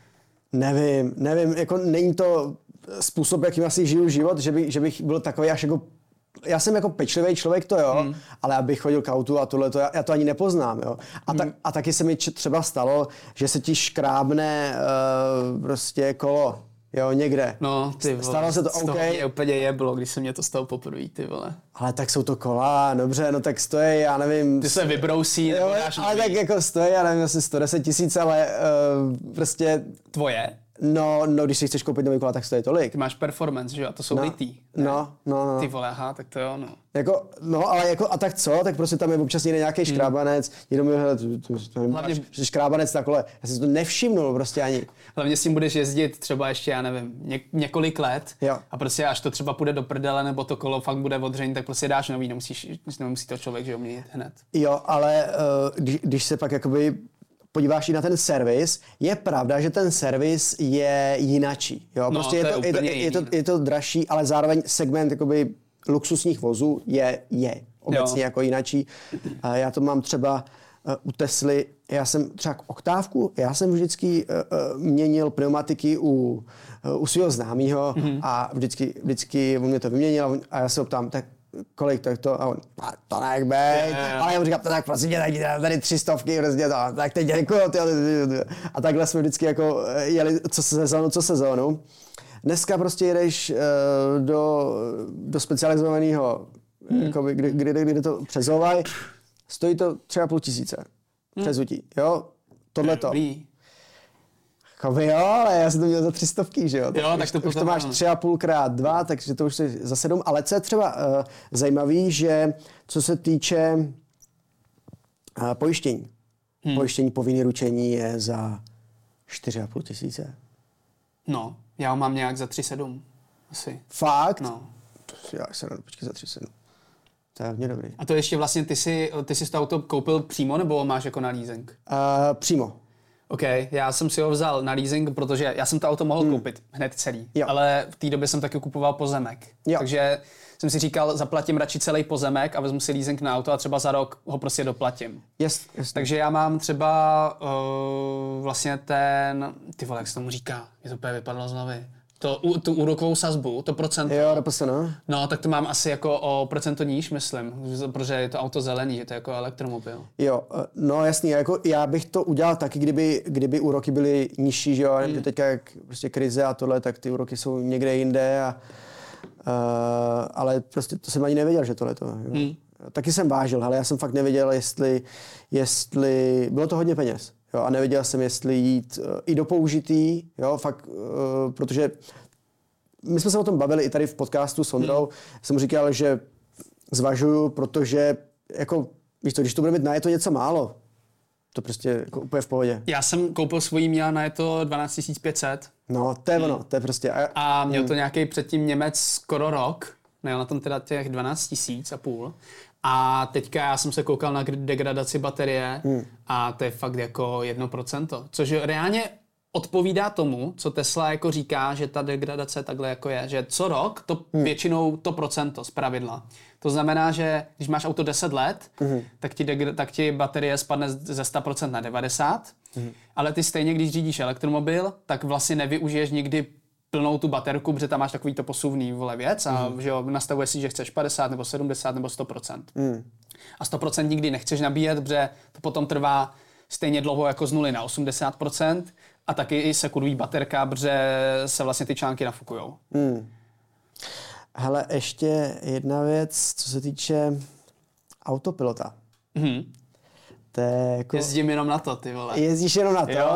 Nevím, nevím, jako není to způsob, jakým asi žiju život, že, by, že bych byl takový až jako, já jsem jako pečlivý člověk, to jo, hmm. ale abych chodil k autu a tohle, já, já to ani nepoznám, jo. A, hmm. ta, a taky se mi třeba stalo, že se ti škrábne uh, prostě kolo. Jo, někde. No, ty vole. Stalo se to, OK. Mě úplně jeblo, když se mě to stalo poprvé, ty vole. Ale tak jsou to kola, dobře, no tak stojí, já nevím. Ty se vybrousí, jo, ale tak jako stojí, já nevím, asi sto deset tisíc, ale uh, prostě. Tvoje? No, no, když si chceš koupit nový kola, tak stojí tolik. Ty máš performance, že jo? A to jsou no, litý. No, no, no. Ty vole, aha, tak to jo, no. Jako, no, ale jako, a tak co? Tak prostě tam je občas někde nějaký škrábanec, hmm. někdo mi hele, tu, tu, tu, Hlavně... máš škrábanec na kole, já si to nevšimnul prostě ani. Hlavně s tím budeš jezdit třeba ještě, já nevím, ně, několik let jo. a prostě až to třeba půjde do prdele, nebo to kolo fakt bude odřený, tak prostě dáš nový, nemusíš, nemusí to člověk, že jo, měnit hned. Jo, ale uh, když, když se pak jakoby podíváš i na ten servis, je pravda, že ten servis je jinačí. Jo? Prostě no, je, to, je, to, je, je, to, je to dražší, ale zároveň segment jakoby luxusních vozů je, je obecně jo. jako jinačí. Uh, já to mám třeba uh, u Tesly, já jsem třeba k oktávku, já jsem vždycky uh, uh, měnil pneumatiky u, uh, u svého známého mm-hmm. a vždycky, vždycky on mě to vyměnil a já se ho ptám, tak kolik to, to a on, to nech bejt, yeah. ale já mu říkám, tak prosím tě, tady, tady tři stovky, prostě to, tak teď děkuju, a takhle jsme vždycky jako jeli co sezónu, co sezónu. Dneska prostě jedeš uh, do, do specializovaného, hmm. jakoby, kdy, kdy, kdy, kdy to přezouvají, stojí to třeba půl tisíce hmm. přezutí, jo, tohleto. Jako jo, ale já jsem to měl za tři stovky, že jo? jo tak, tak to už, už to máš tři a půl krát dva, takže to už je za sedm. Ale co je třeba uh, zajímavý, že co se týče uh, pojištění. Hmm. Pojištění povinné ručení je za čtyři a půl tisíce. No, já ho mám nějak za tři sedm. Asi. Fakt? No. Já se rád počkej za tři sedm. To je hodně dobrý. A to ještě vlastně, ty si, ty si to auto koupil přímo, nebo máš jako na leasing? Uh, přímo. OK, já jsem si ho vzal na leasing, protože já jsem to auto mohl hmm. koupit hned celý, jo. ale v té době jsem taky kupoval pozemek. Jo. Takže jsem si říkal, zaplatím radši celý pozemek a vezmu si leasing na auto a třeba za rok ho prostě doplatím. Yes, yes. Takže já mám třeba uh, vlastně ten, ty vole, jak se tomu říká, mě to úplně vypadlo z hlavy. To, tu úrokovou sazbu, to procento. Jo, doposud, no. No, tak to mám asi jako o procento níž, myslím, protože je to auto zelený, že to je jako elektromobil. Jo, no jasný, jako já bych to udělal taky, kdyby, kdyby úroky byly nižší, že jo, hmm. teďka jak prostě krize a tohle, tak ty úroky jsou někde jinde a uh, ale prostě to jsem ani nevěděl, že tohle to, jo. Hmm. Taky jsem vážil, ale já jsem fakt nevěděl, jestli, jestli, bylo to hodně peněz. Jo, a nevěděl jsem, jestli jít uh, i do použitý, jo, fakt, uh, protože my jsme se o tom bavili i tady v podcastu s Ondrou, hmm. jsem mu říkal, že zvažuju, protože jako, víš co, když to bude mít na je to něco málo, to prostě jako úplně v pohodě. Já jsem koupil svojí, měla na je to dvanáct tisíc pět set. No, to je ono, hmm. to je prostě. A, a měl hmm. to nějaký předtím Němec skoro rok, nejel na tom teda těch dvanáct tisíc a půl. A teďka já jsem se koukal na degradaci baterie hmm. a to je fakt jako jedno procento. Což reálně odpovídá tomu, co Tesla jako říká, že ta degradace takhle jako je, že co rok to hmm. většinou to procento z pravidla. To znamená, že když máš auto deset let, hmm. tak, ti degra- tak ti baterie spadne ze sto procent na devadesát procent, hmm. ale ty stejně, když řídíš elektromobil, tak vlastně nevyužiješ nikdy plnou tu baterku, protože tam máš takový to posuvný vole věc a hmm. že jo, nastavuješ si, že chceš padesát nebo sedmdesát nebo sto procent. Hmm. A sto procent nikdy nechceš nabíjet, protože to potom trvá stejně dlouho jako z nuly na osmdesát procent a taky i se kurví baterka, protože se vlastně ty články nafukujou. Hmm. Hele, ještě jedna věc, co se týče autopilota. Hmm. To je jako... Jezdím jenom na to, ty vole. Jezdíš jenom na to? Jo.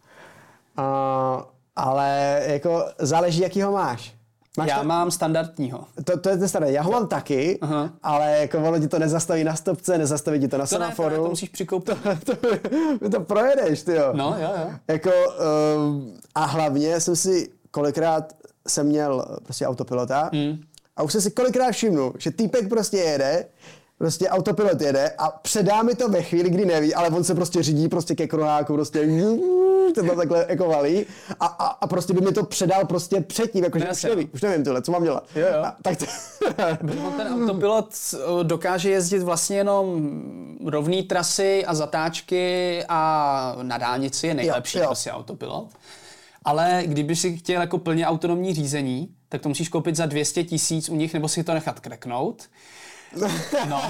Uh, ale jako záleží, jaký ho máš. Máš Já to? mám standardního. To, to je ten standard. Já ho mám taky, uh-huh. ale jako ono ti to nezastaví na stopce, nezastaví ti to na to semaforu. Ne, to, ne, to musíš přikoupit. to, to, to projedeš, ty jo. No, jo, jo. Jako, uh, a hlavně jsem si kolikrát jsem měl prostě autopilota mm. a už jsem si kolikrát všimnul, že týpek prostě jede, prostě autopilot jede a předá mi to ve chvíli, kdy neví, ale on se prostě řídí prostě ke kruháku, prostě to tam takhle jako valí a, a, a prostě by mi to předal prostě předtím, jakože už nevím, už nevím tohle, co mám dělat. Jo, jo. A, tak to... Ten autopilot dokáže jezdit vlastně jenom rovné trasy a zatáčky a na dálnici je nejlepší jo, jo. prostě autopilot. Ale kdyby si chtěl jako plně autonomní řízení, tak to musíš koupit za dvě stě tisíc u nich nebo si to nechat kreknout. No,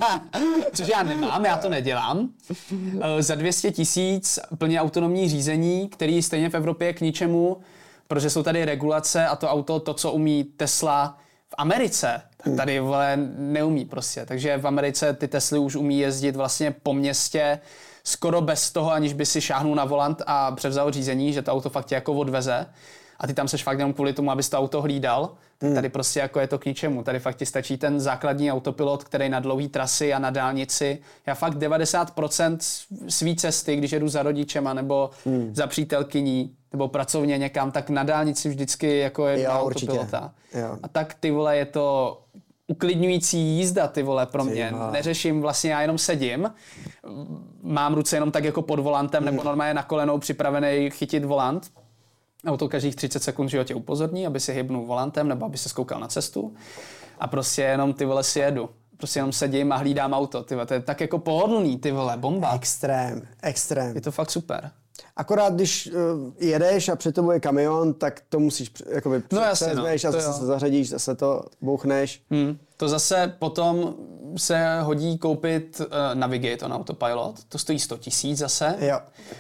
což já nemám, já to nedělám. Za dvě stě tisíc plně autonomní řízení, který stejně v Evropě je k ničemu, protože jsou tady regulace a to auto, to, co umí Tesla v Americe, tak tady vole neumí prostě. Takže v Americe ty Tesly už umí jezdit vlastně po městě skoro bez toho, aniž by si šáhnul na volant a převzal řízení, že to auto fakt tě jako odveze. A ty tam seš fakt jenom kvůli tomu, abys to auto hlídal, tak tady prostě jako je to k ničemu. Tady fakt ti stačí ten základní autopilot, který na dlouhý trasy a na dálnici. Já fakt devadesát procent svý cesty, když jedu za rodičema nebo hmm. za přítelkyní nebo pracovně někam, tak na dálnici vždycky jako je autopilota. Jo. A tak ty vole je to uklidňující jízda, ty vole, pro mě. Címa. Neřeším, vlastně já jenom sedím, mám ruce jenom tak jako pod volantem hmm. nebo normálně na kolenou připravený chytit volant. Auto každých třicet sekund, že ho tě upozorní, aby si hybnul volantem nebo aby se skoukal na cestu. A prostě jenom ty vole si jedu. Prostě jenom sedím a hlídám auto. Ty vole, to je tak jako pohodlný, ty vole, bomba. Extrém, extrém. Je to fakt super. Akorát, když uh, jedeš a před tebou je kamion, tak to musíš jakoby no přezmeš no, a zase se zařadíš, zase to bouchneš. Hmm. To zase potom se hodí koupit uh, Navigate on Autopilot. To stojí sto tisíc zase. Jo.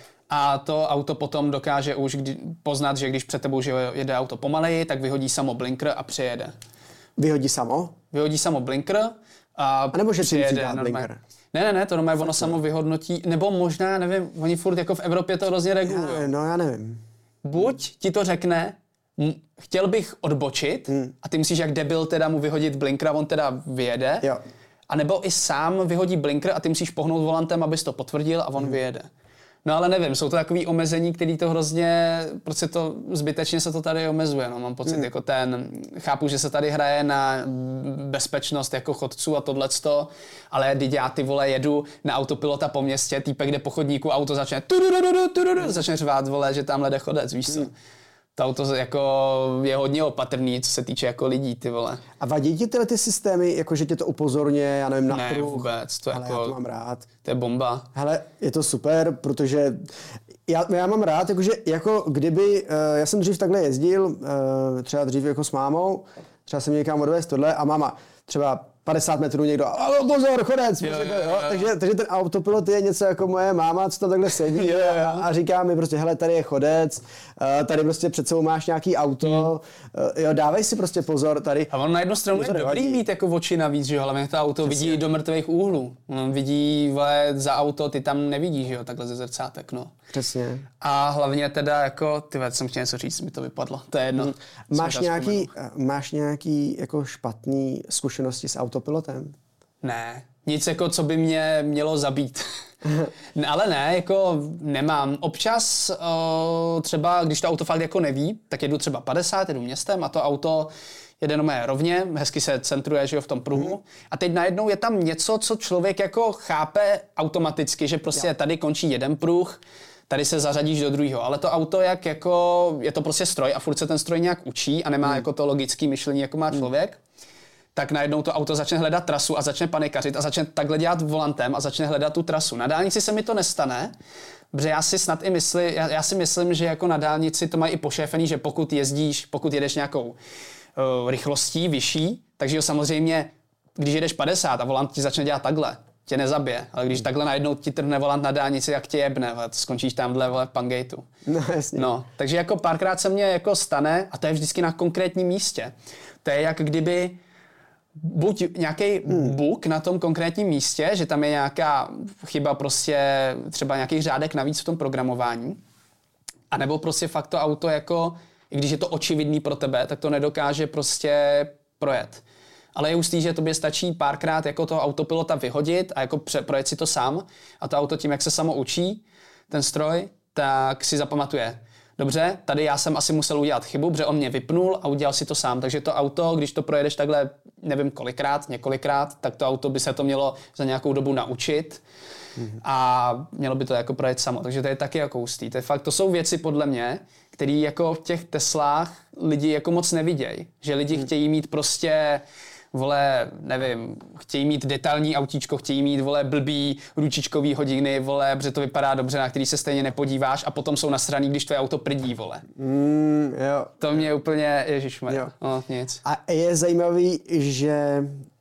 A to auto potom dokáže už kdy, poznat, že když před tebou že jede auto pomaleji, tak vyhodí samo blinker a přejede. Vyhodí samo? Vyhodí samo blinker a, a nebo že přijede blinker? Ne, ne, ne, to normálně ono samo vyhodnotí, nebo možná, nevím, oni furt jako v Evropě to hrozně regulují. No já nevím. Buď ti to řekne, m, chtěl bych odbočit hmm. a ty musíš jak debil teda mu vyhodit blinker a on teda vyjede. Jo. A nebo i sám vyhodí blinker a ty musíš pohnout volantem, abys to potvrdil a on hmm. vyjede. No ale nevím, jsou to takové omezení, které to hrozně, prostě to zbytečně se to tady omezuje, no mám pocit, mm. jako ten, chápu, že se tady hraje na bezpečnost jako chodců a tohleto, ale když já ty vole jedu na autopilota po městě, týpek jde po chodníku, auto začne začne řvát, vole, že tamhle jde chodec, víš co. Mm. To auto jako je hodně opatrný, co se týče jako lidí, ty vole. A vadí ti tyhle ty systémy, jako že tě to upozorně, já nevím, na ne, pruh? Ne, vůbec, to ale jako... já to mám rád. To je bomba. Hele, je to super, protože já, já mám rád, jakože jako kdyby, uh, já jsem dřív takhle jezdil, uh, třeba dřív jako s mámou, třeba jsem někam odvést tohle a máma třeba padesát metrů někdo, a pozor, chodec, jo, jo, jo. Takže, takže ten autopilot je něco jako moje máma, co tam takhle sedí jo, jo. A, a říká mi prostě, hele, tady je chodec, tady prostě před sebou máš nějaký auto, hmm. jo, dávej si prostě pozor tady. A on na jednu stranu je dobrý mít jako oči navíc, že jo, hlavně to auto přesně. Vidí do mrtvých úhlů. On vidí, vole, za auto, ty tam nevidíš, jo, takhle ze zrcátek, no. Přesně. A hlavně teda jako, ty věc, jsem chtěl něco říct, mi to vypadlo, to je jedno. Hmm. Máš nějaký, máš nějaký jako špatný zkušenosti s autopilotem? Ne, nic jako, co by mě mělo zabít. Ale ne, jako nemám. Občas uh, třeba, když to auto fakt jako neví, tak jedu třeba padesát, jedu městem a to auto jede jenom rovně, hezky se centruje, že jo, v tom pruhu. Mm. A teď najednou je tam něco, co člověk jako chápe automaticky, že prostě jo. Tady končí jeden pruh, tady se zařadíš do druhého. Ale to auto, jak jako, je to prostě stroj a furt se ten stroj nějak učí a nemá hmm. jako to logické myšlení, jako má člověk, hmm. tak najednou to auto začne hledat trasu a začne panikařit a začne takhle dělat volantem a začne hledat tu trasu. Na dálnici se mi to nestane, protože já si snad i myslím, já, já si myslím, že jako na dálnici to mají i pošéfený, že pokud jezdíš, pokud jedeš nějakou uh, rychlostí vyšší, takže jo, samozřejmě, když jedeš padesát a volant ti začne dělat takhle, tě nezabije, ale když takhle najednou ti trhne volant na dálnici, jak tě jebne, skončíš tamhle v Pangateu. No, jasně. No, takže jako párkrát se mně jako stane, a to je vždycky na konkrétním místě. To je jak kdyby buď nějaký hmm. bug na tom konkrétním místě, že tam je nějaká chyba, prostě třeba nějaký řádek navíc v tom programování, anebo prostě fakt to auto jako, i když je to očividný pro tebe, tak to nedokáže prostě projet. Ale je hustý, že tobě stačí párkrát jako toho autopilota vyhodit a jako pře- projet si to sám a to auto tím, jak se samo učí, ten stroj, tak si zapamatuje. Dobře, tady já jsem asi musel udělat chybu, protože on mě vypnul a udělal si to sám. Takže to auto, když to projedeš takhle, nevím kolikrát, několikrát, tak to auto by se to mělo za nějakou dobu naučit mm-hmm. a mělo by to jako projet samo. Takže to je taky jako hustý. To je fakt, to jsou věci podle mě, které jako v těch Teslách lidi jako moc nevidějí. Že lidi mm. chtějí mít prostě vole, nevím, chtějí mít detailní autíčko, chtějí mít, vole, blbý ručičkový hodiny, vole, protože to vypadá dobře, na který se stejně nepodíváš a potom jsou nasraný, když tvoje auto prdí, vole. Mm, jo. To mě úplně, ježišmarja, no nic. A je zajímavý, že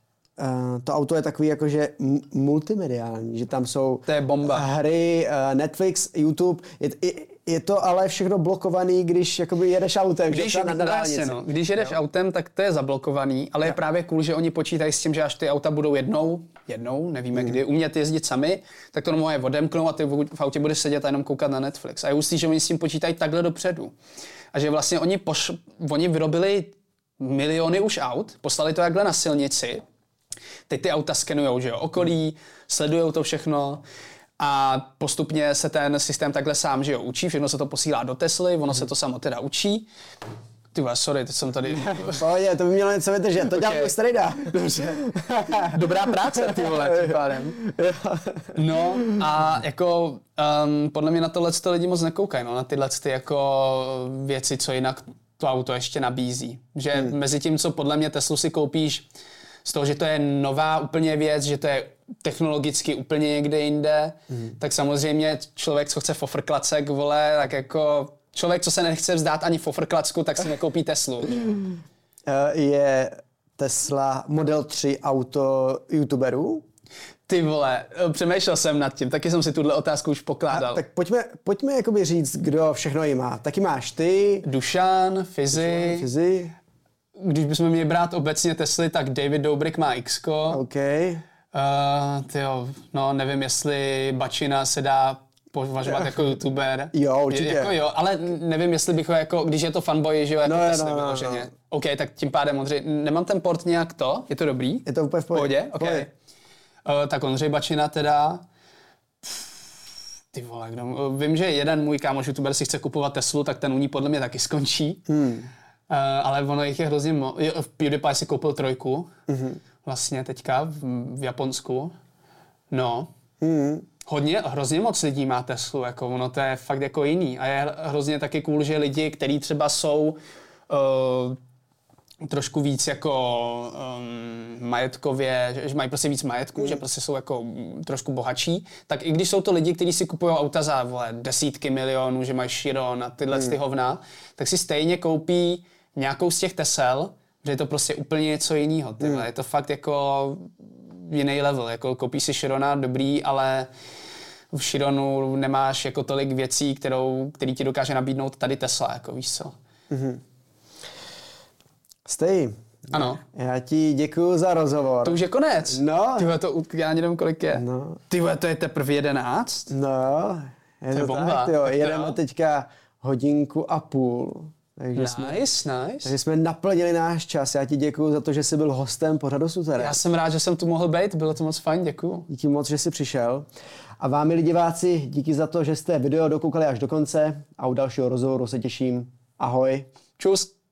uh, to auto je takový jakože m- multimediální, že tam jsou to je bomba. Hry, uh, Netflix, YouTube, je, je, je to ale všechno blokovaný, když jakoby jedeš autem, když, že na dálnici. No, když jedeš jo. autem, tak to je zablokovaný, ale jo. je právě cool, že oni počítají s tím, že až ty auta budou jednou, jednou, nevíme mm. kdy, umět jezdit sami, tak to normálně odemknou a ty v autě budeš sedět a jenom koukat na Netflix. A je hustý, že oni s tím počítají takhle dopředu. A že vlastně oni, poš- oni vyrobili miliony už aut, poslali to jakhle na silnici, teď ty auta skenujou, že jo, okolí, sledujou to všechno, a postupně se ten systém takhle sám, že jo, učí, všechno se to posílá do Tesly, ono se to samo teda učí. Ty vole, sorry, teď jsem tady... Pohodě, to by mělo něco vydržet, to dělám už tady dá. Dobře. Dobrá práce, ty vole, tím pádem. No a jako um, podle mě na tohle to lidi moc nekoukají, no, na tyhle ty jako věci, co jinak to auto ještě nabízí. Že hmm. mezi tím, co podle mě Teslu si koupíš, z toho, že to je nová úplně věc, že to je technologicky úplně někde jinde, mm. tak samozřejmě člověk, co chce fofrklacek, vole, tak jako člověk, co se nechce vzdát ani fofrklacku, tak si nekoupí Teslu. Je Tesla Model tři auto youtuberů? Ty vole, přemýšlel jsem nad tím, taky jsem si tuhle otázku už pokládal. A, tak pojďme, pojďme jakoby říct, kdo všechno ji má. Taky máš ty. Dušan, Fizi. Fizi. Když bychom měli brát obecně Tesly, tak David Dobrik má X-ko. OK. Uh, tyjo, no nevím, jestli Bačina se dá považovat jako youtuber. Jo, určitě. Je, jako jo, ale nevím, jestli bych ho jako, když je to fanboy, že jo, jako no, Tesly no, vyloženě. No, no. OK, tak tím pádem Ondřej, nemám ten port nějak to? Je to dobrý? Je to úplně v pohodě. pohodě? Okay. Uh, tak Ondřej Bačina teda... Ty vole, kdo... Vím, že jeden můj kámoš youtuber si chce kupovat Teslu, tak ten u ní podle mě taky skončí. Hmm. Uh, ale ono jich je hrozně moc. PewDiePie si koupil trojku, mm-hmm. vlastně teďka v, v Japonsku. No. Mm-hmm. Hodně, hrozně moc lidí má Teslu, jako ono to je fakt jako jiný. A je hrozně taky cool, že lidi, kteří třeba jsou uh, trošku víc jako um, majetkově, že, že mají prostě víc majetku, mm. že prostě jsou jako um, trošku bohatší, tak i když jsou to lidi, kteří si kupují auta za vole, desítky milionů, že mají Chiron a tyhle mm. ty hovna, tak si stejně koupí nějakou z těch Tesel, že je to prostě úplně něco jiného. Mm. Je to fakt jako jiný level. Jako koupíš si Chirona, dobrý, ale v Chironu nemáš jako tolik věcí, kterou, který ti dokáže nabídnout tady Tesla, jako víš co. Mm-hmm. Stej. Ano. Já ti děkuju za rozhovor. To už je konec. No. Tyhle, to já ani nevím, kolik je. No. Tyhle, to je teprve jedenáct? No, je to, to je bomba. Tak, jo. Jedeme teďka hodinku a půl. Takže nice, jsme, nice. Takže jsme naplnili náš čas. Já ti děkuju za to, že jsi byl hostem pořadu Suterén. Já jsem rád, že jsem tu mohl být, bylo to moc fajn, děkuju. Díky moc, že jsi přišel. A vám, milí diváci, díky za to, že jste video dokoukali až do konce a u dalšího rozhovoru se těším. Ahoj. Čus.